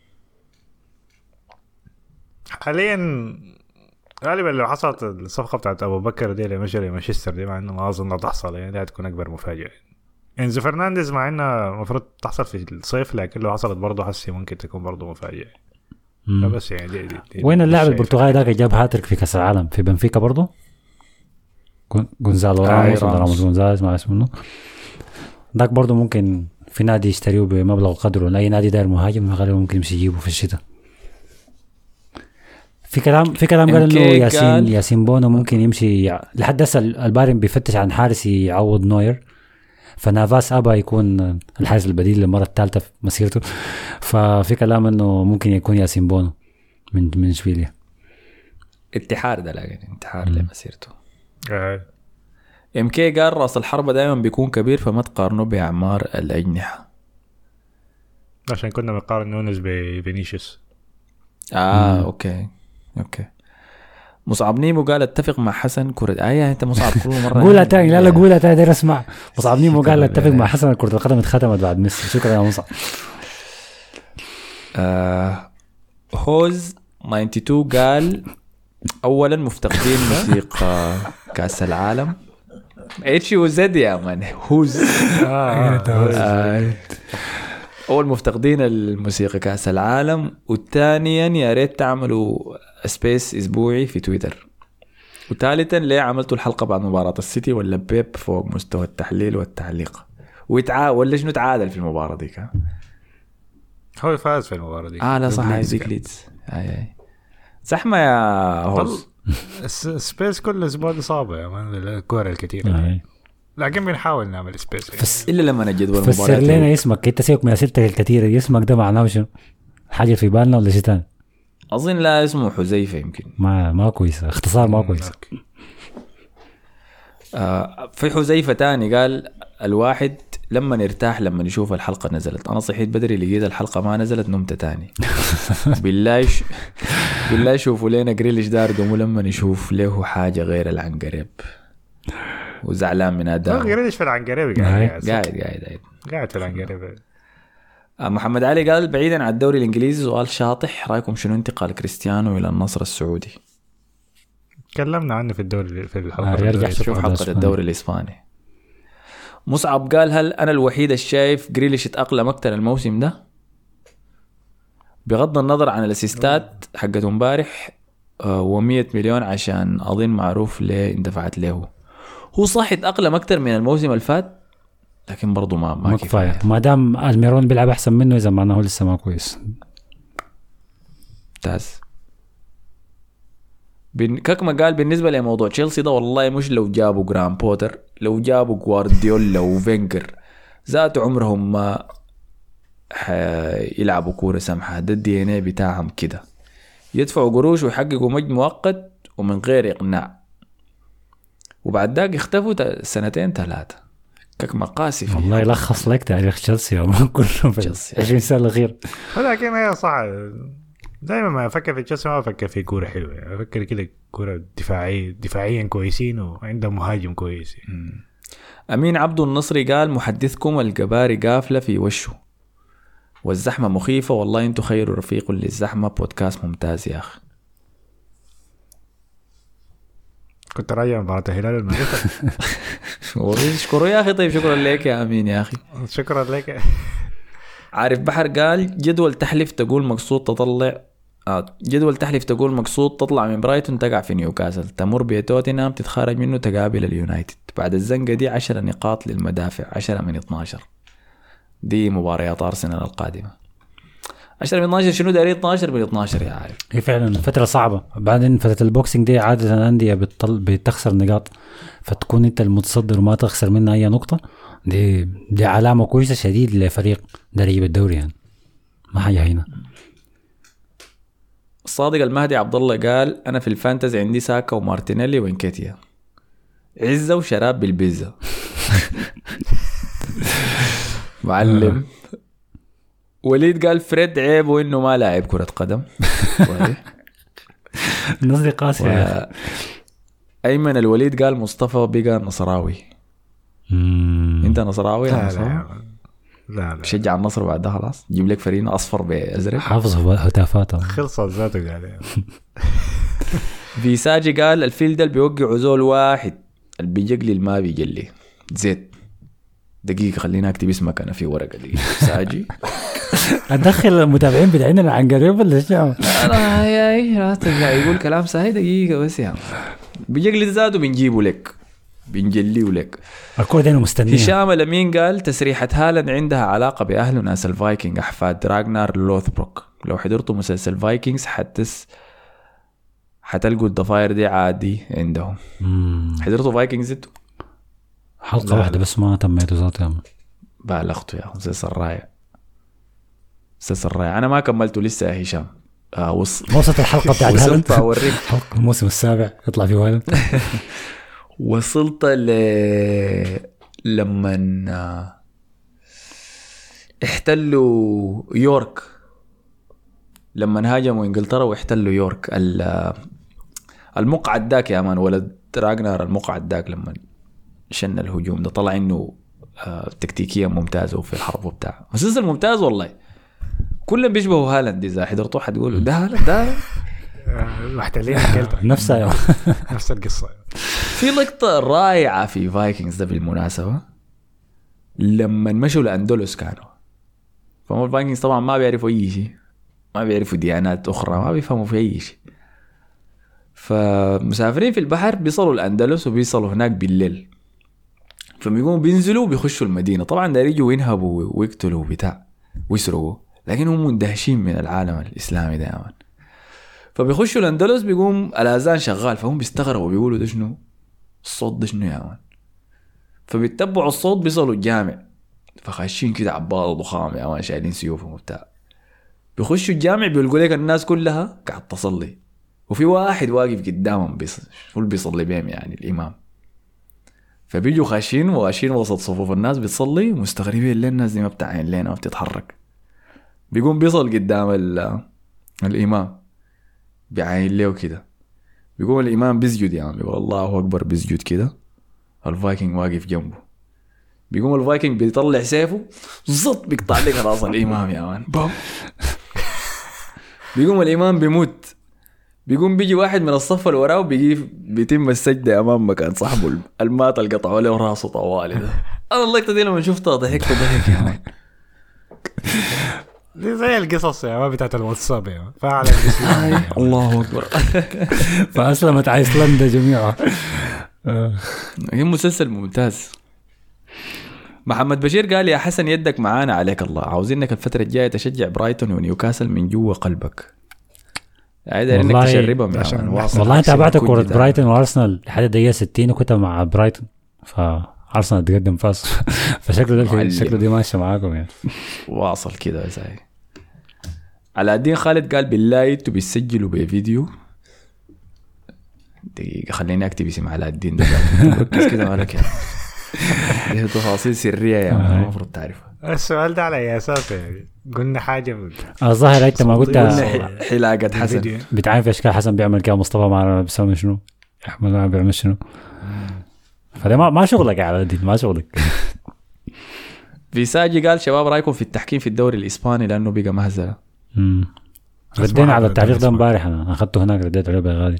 حاليا غالبا لو حصلت الصفقة بتاعت أبو بكر دي لمشي لمانشستر دي مع إنه ما أظن تحصل يعني دي هتكون أكبر مفاجأة. إنزو فرنانديز مع إنه مفروض تحصل في الصيف لكن لو حصلت برضه حسي ممكن تكون برضه مفاجأة. بس يعني دي دي دي وين اللاعب البرتغالي ده جاب هاتريك في كأس العالم في بنفيكا برضه؟ جونزالو راموس ولا راموس جونزاليز ما اسمه داك برضه ممكن في نادي يشتريه بمبلغ قدره. لا أي نادي داير مهاجم غالبا ممكن يمشي يجيبه في الشتاء. في كلام في كلام قال إنه ياسين ياسين بونو ممكن يمشي لحد هسه. البارين بيفتش عن حارس يعوض نوير فنافاس أبا يكون الحارس البديل للمرة الثالثة في مسيرته. ففي كلام إنه ممكن يكون ياسين بونو من من إشبيلية. انتحار ده لكن انتحار لمسيرته. آه. ام كي قال راس الحربة دائما بيكون كبير فما تقارنه بأعمار الأجنحة. عشان كنا بنقارن نونز بفينيسيوس. اه مم. اوكي اوكي. مصعب نيمو قال اتفق مع حسن كرة آية. انت مصعب كل مرة قولها تاني. لا لا قولها تاني دير اسمع. مصعب نيمو قال اتفق مع حسن كرة القدم اتختمت بعد ميسي. شكرا يا مصعب. آه هوز اثنين وتسعين قال اولا مفتقدين موسيقى كاس العالم. اتش وزد يا مان. هوز آه اول مفتقدين الموسيقى كاس العالم. وثانيا يا ريت تعملوا سبيس اسبوعي في تويتر. وثالثا ليه عملتوا الحلقه بعد مباراه السيتي ولا بيب فوق مستوى التحليل والتعليق ويتعا ولا شنو تعادل في المباراه دي كان هو فاز في المباراه دي. اه لا صح هاي ليدز. اي اي زحمه يا هوز. سبيس كل اسبوع اصابه يا مان الكوره الكثيره. لكن بنحاول نعمل سبيس فس... الا لما نجد المباريات. فسر لنا اسمك. انت سيبك من اسئلتك الكثيره. اسمك ده معناه شنو؟ حاجه في بالنا ولا شيء ثاني؟ اظن لا اسمه حذيفه يمكن. ما ما كويس. اختصار ما كويس. آه في حذيفه تاني قال الواحد لما نرتاح لما نشوف الحلقه نزلت. انا صحيت بدري لقيت الحلقه ما نزلت نمت تاني. بالله ش... بالله شوفوا لنا جريليش دار قوموا لما نشوف له حاجه غير العنقريب وزعلان من اداء. جريليش في العنقريب قاعد قاعد قاعد قاعد في العنقريب. محمد علي قال بعيدا عن الدوري الانجليزي سؤال شاطح رايكم شنو انتقال كريستيانو الى النصر السعودي؟ تكلمنا عنه في الدوري في الحلقه. آه يرجع شوف حلقه الدوري الاسباني. مصعب قال هل انا الوحيد الشايف جريليش اتاقلم اكثر الموسم ده بغض النظر عن الاسيستات حقته امبارح ومية مليون عشان اظن معروف ليه اندفعت له. هو صح اتاقلم اكثر من الموسم اللي فات لكن برضو ما ما كفايه. ما دام الميرون بيلعب احسن منه اذا معناه هو لسه ما كويس. ممتاز. كما قال بالنسبه لموضوع تشيلسي ده والله مش لو جابوا جرام بوتر لو جابوا جوارديولا وفينجر ذات عمرهم ما يلعبوا كوره سمحه. ده الدي ان اي بتاعهم كده يدفعوا قروش ويحققوا مجد مؤقت ومن غير اقناع وبعد ذاك يختفوا سنتين ثلاثه كما قاسي. والله يلخص لك تاريخ تشيلسي كله في عشرين سنه الاخير. ولكن هي صح دائما ما افكر في تشيلسي ما افكر في كوره حلوه يعني افكر كده كوره دفاعيه دفاعيا كويسين وعندهم مهاجم كويس. امين عبد النصري قال محدثكم الجباري قافله في وشه والزحمه مخيفه والله انتم خير رفيق للزحمه. بودكاست ممتاز يا اخي. كنت راجع مباراة الهلال المغرب. شكرا يا اخي. طيب شكرا لك يا امين يا اخي. شكرا لك. عارف بحر قال جدول تحلف تقول مقصود تطلع آه جدول تحلف تقول مقصود تطلع من برايتون تقع في نيوكاسل تمر بتوتنهام تتخارج منه تقابل اليونايتد. بعد الزنقة دي عشرة نقاط للمدافع عشرة من اثناشر. دي مباريات أرسنال القادمة. عشرة من اثناشر شنو داري اثناشر من اثناشر يا عارف. هي فعلا فترة صعبة. بعدين فترة البوكسينج دي عادة الأندية بتطل بتخسر نقاط فتكون انت المتصدر وما تخسر منها أي نقطة. دي دي علامة كويسة شديد لفريق دريب الدوري يعني. ما حاجة هنا. الصادق المهدي عبد الله قال أنا في الفانتزي عندي ساكا ومارتينيلي وإنكيتيا عزة وشراب بالبيزا. معلم. وليد قال فريد عيبه إنه ما لاعب كرة قدم. النص دي قاسية. أيمن الوليد قال مصطفى بقى نصراوي. انت نصراوي يا لا, لا لا لا شجع النصر بعد ده خلاص جيب لك فريق اصفر بازرق حافظ هتافاته خلصت ذاته قال. في ساجي قال الفيل ده بيوقع زول واحد اللي بيجلي ما بيجلي زيت. دقيقه خلينا اكتب اسمك انا في ورقه دي ساجي. ادخل المتابعين بتاعنا عن قريب ولا شو؟ انا يا راتب يقول كلام سهل دقيقه بس يا بيجلي ذاته بنجيبه لك بنجليه لك. الكورة دينا مستنية. هشام الأمين قال تسريحة هالاند عندها علاقة بأهل ناس الفايكنج أحفاد راغنار لوثبروك. لو حضرتوا مسلسل فايكنجز حتس حتلقوا الضفاير دي عادي عندهم. مم. حضرتوا فايكنجز انتوا؟ حلقة واحدة بس ما تميتوا ذاتها. بالغتوا يا مسلسل رائع مسلسل رائع. أنا ما كملته لسه يا هشام. آه وص... وصلت الحلقة بتاعت هالاند. أوريك الموسم السابع يطلع فيه هالاند. وصلت ل لما احتلوا يورك لما هاجموا انجلترا واحتلوا يورك. المقعد داك يا مان ولد راجنر، المقعد داك لما شن الهجوم ده طلع انه تكتيكيا ممتاز وفي الحرب وبتاع. مسلسل ممتاز والله، كلهم بيشبهوا هالاند. اذا حضرتوه حتقولوا ده هالاند ده محتلين انجلترا نفسها نفس القصه. في لقطه رائعه في فايكنجز ده بالمناسبه، لما مشوا لاندلس كانوا فهم الفايكنجز طبعا ما بيعرفوا اي شيء، ما بيعرفوا ديانات اخرى، ما بيفهموا في اي شيء. فمسافرين في البحر بيصلوا الاندلس وبيصلوا هناك بالليل، فبيقوموا بينزلوا بيخشوا المدينه. طبعا داير يجوا ينهبوا ويقتلوا بتاع ويسرقوا، لكن هم مندهشين من العالم الاسلامي دائما. فبيخشوا الاندلس بيقوم الاذان شغال، فهم بيستغربوا بيقولوا ده شنو الصوت ده شنو يا مان. فبيتبعوا الصوت بيصلوا الجامع، فخاشين كده عباد ضخام يا مان شايلين سيوفهم وبتاع. بيخشوا الجامع بيلقوا لك الناس كلها قاعد تصلي، وفي واحد واقف قدامهم بيصلي بيصلي بهم يعني الامام. فبيجوا خاشين واشين وسط صفوف الناس بتصلي مستغربين ليه الناس دي ما بتعين لنا ما بتتحرك. بيقوم بيصل قدام الامام بيعين له كده، بيقوم الامام بيسجد يا عم يقول الله اكبر، بيسجد كده. الفايكنج واقف جنبه، بيقوم الفايكنج بيطلع سيفه زط بيقطع لك راس الامام يا مان بام. بيقوم الامام بيموت، بيقوم بيجي واحد من الصف اللي وراه بيجي بيتم السجدة امام مكان صاحبه المات اللي قطعوا له راسه طوالي ده. انا اللقطه دي لما شفتها ضحكت ضحك يا مان. دي زي القصص يا ما بتاعت الواتساب يا فعلا. الله اكبر. فاسلمت ايسلندا جميعا. هي مسلسل ممتاز. محمد بشير قال يا حسن يدك معانا عليك الله، عاوزينك الفتره الجايه تشجع برايتون ونيوكاسل من جوا قلبك. عايز انك تشربهم يا مان. والله تابعت كره برايتون وارسنال لحد الدقيقه ستين وكنت مع برايتون، فارسنال تقدم فاز. فشكله ده شكله دي ماشيه معاكم يعني. واصل كده زي علاء الدين خالد قال بالله انتوا بيسجلوا بفيديو. دقيقه خليني اكتب اسم علاء الدين ده ركز كده مالك يا دي تفاصيل سريه يا مان المفروض تعرفها. السؤال ده على اي اساس يعني؟ قلنا حاجه الظاهر انت ما قلت حلاقه حسن بتعرف اشكال حسن بيعمل كده، مصطفى معنا بيسوي شنو، احمد ما بيعمل شنو. فده ما ما شغلك يا علاء الدين، ما شغلك. في ساجي قال شباب رايكم في التحكيم في الدوري الاسباني لانه بقى مهزله. امم ردينا على التعليق ده امبارح، انا اخذته هناك رديت عليه بغالي.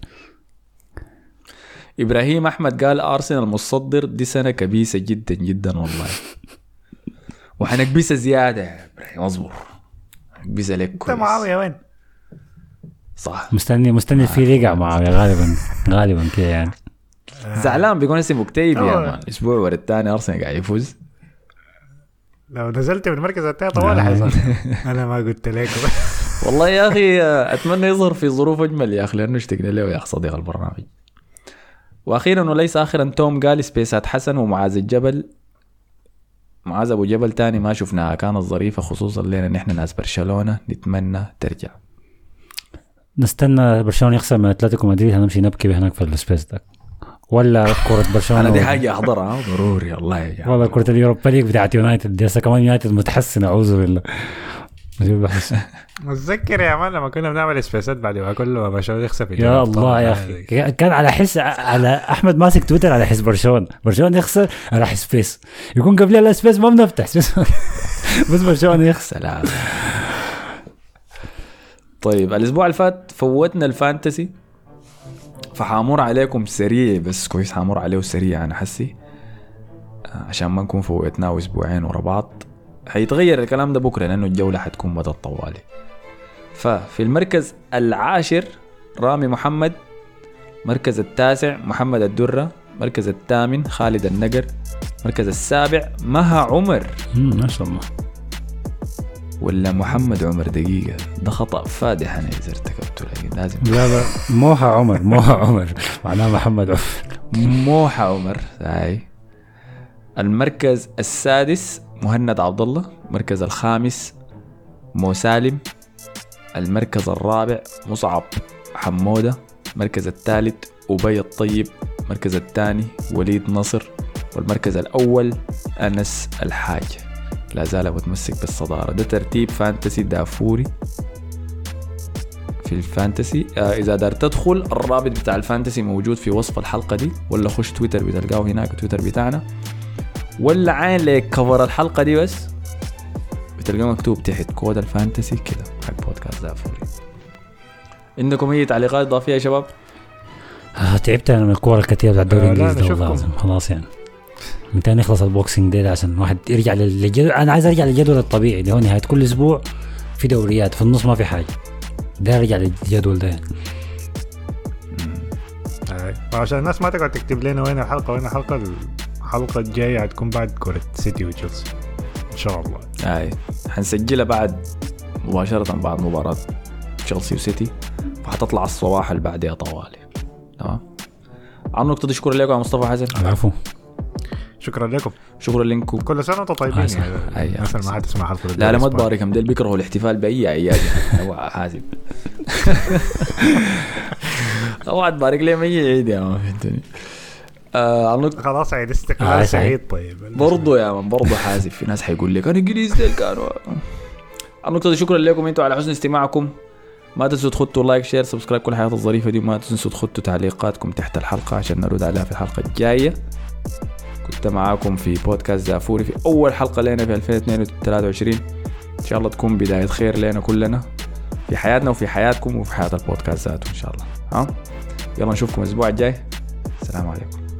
ابراهيم احمد قال ارسنال مصدر، دي سنه كبيسه جدا جدا والله، وحنكبسها زياده يا ابراهيم اصبر، حنكبسها لك كويس. انت معاويه وين؟ صح مستني مستني في رجع معاويه غالبا غالبا كده يعني. زعلان بيكون اسمه مكتئب يا مان، اسبوع ورا الثاني ارسنال قاعد يفوز. لو نزلت من المركز الثاني طوال حصل. انا ما قلت لكم. والله يا اخي اتمنى يظهر في ظروف اجمل يا اخي، لانه اشتقنا له يا اخي صديق البرنامج. واخيرا وليس اخرا توم قال سبيسات حسن ومعاذ الجبل، معاذ ابو جبل تاني ما شفناها كانت ظريفه، خصوصا لنا نحن ناس برشلونه نتمنى ترجع. نستنى برشلونه يخسر من اتلتيكو مدريد هنمشي نبكي هناك في السبيس ده، ولا كره برشلونه. انا دي حاجه احضرها ضروري الله يا والله كره اليوروبا ليج بتاعت يونايتد دي كمان يونايتد متحسن اعوذ بالله. متذكر يا مان لما كنا بنعمل سبيسات بعد ما كله برشلونه يخسر يا الله يا اخي، كان على حس على احمد ماسك تويتر على حس برشلونه برشلونه يخسر على حس سبيس، يكون قبل السبيس ما بنفتح سبيس بس برشلونه يخسر. لا طيب الاسبوع اللي فات فوتنا الفانتسي، فحامور عليكم سريع بس كويس، حامور عليه سريع انا حسي عشان ما نكون فوتناه اسبوعين ورا بعض. حيتغير الكلام ده بكره لانه الجوله حتكون مدى طوالي. ففي المركز العاشر رامي محمد، مركز التاسع محمد الدرة، مركز الثامن خالد النقر، مركز السابع مها عمر. ما شاء الله. ولا محمد عمر دقيقة ده خطأ فادح أنا إذا ارتكبته، لكن لازم لا لا موها عمر موها عمر معناه محمد عمر موها عمر. هاي المركز السادس مهند عبد الله، المركز الخامس مو سالم، المركز الرابع مصعب حمودة، المركز الثالث أبي الطيب، المركز الثاني وليد نصر، والمركز الأول أنس الحاج. لا زال متمسك بالصدارة. ده ترتيب فانتسي دافوري في الفانتسي. آه إذا دار تدخل الرابط بتاع الفانتسي موجود في وصف الحلقة دي، ولا خش تويتر بتلقاه هناك، تويتر بتاعنا، ولا عين لك كفر الحلقة دي بس بتلقاه مكتوب تحت كود الفانتسي كده حق بودكاست دافوري. عندكم أي تعليقات إضافية يا شباب؟ آه تعبت أنا من الكورة الكتير بتاع الدوري آه الإنجليزي ده لازم خلاص يعني متى نخلص البوكسينج ده عشان واحد يرجع للجدول. أنا عايز أرجع للجدول الطبيعي اللي هو نهاية كل أسبوع في دوريات، في النص ما في حاجة، ده رجع للجدول ده يعني. عشان الناس ما تقعد تكتب لنا وين الحلقة وين الحلقة، الحلقة الجاية هتكون بعد كرة سيتي وتشيلسي إن شاء الله. أي حنسجلها بعد مباشرة بعد مباراة تشيلسي وسيتي، فحتطلع الصباح اللي بعدها طوالي. تمام. عن نقطة دي شكرا لكم يا مصطفى حسن. العفو. شكرا لكم. شكرا لكم. كل سنة وانتم طيبين. يعني مثلا ما حد يسمع حلقة. لا لا ما تباركهم، ديل بيكرهوا الاحتفال بأي أيام. هو حاسب. اوعى تبارك لي اي عيد يا مان فهمتني. آه خلاص عيد استقلال سعيد. طيب برضو يا مان برضو حاسب في ناس حيقول لك انا انجليز ديل كانوا. النقطة شكرا لكم انتوا على حسن استماعكم. ما تنسوا تخطوا لايك شير سبسكرايب كل الحاجات الظريفة دي، وما تنسوا تخطوا تعليقاتكم تحت الحلقة عشان نرد عليها في الحلقة الجاية. كنت معاكم في بودكاست دافوري في أول حلقة لنا في ألفين واثنين وثلاثة. إن شاء الله تكون بداية خير لنا كلنا في حياتنا وفي حياتكم وفي حياة البودكاست ذاته إن شاء الله. ها يلا نشوفكم الأسبوع الجاي. السلام عليكم.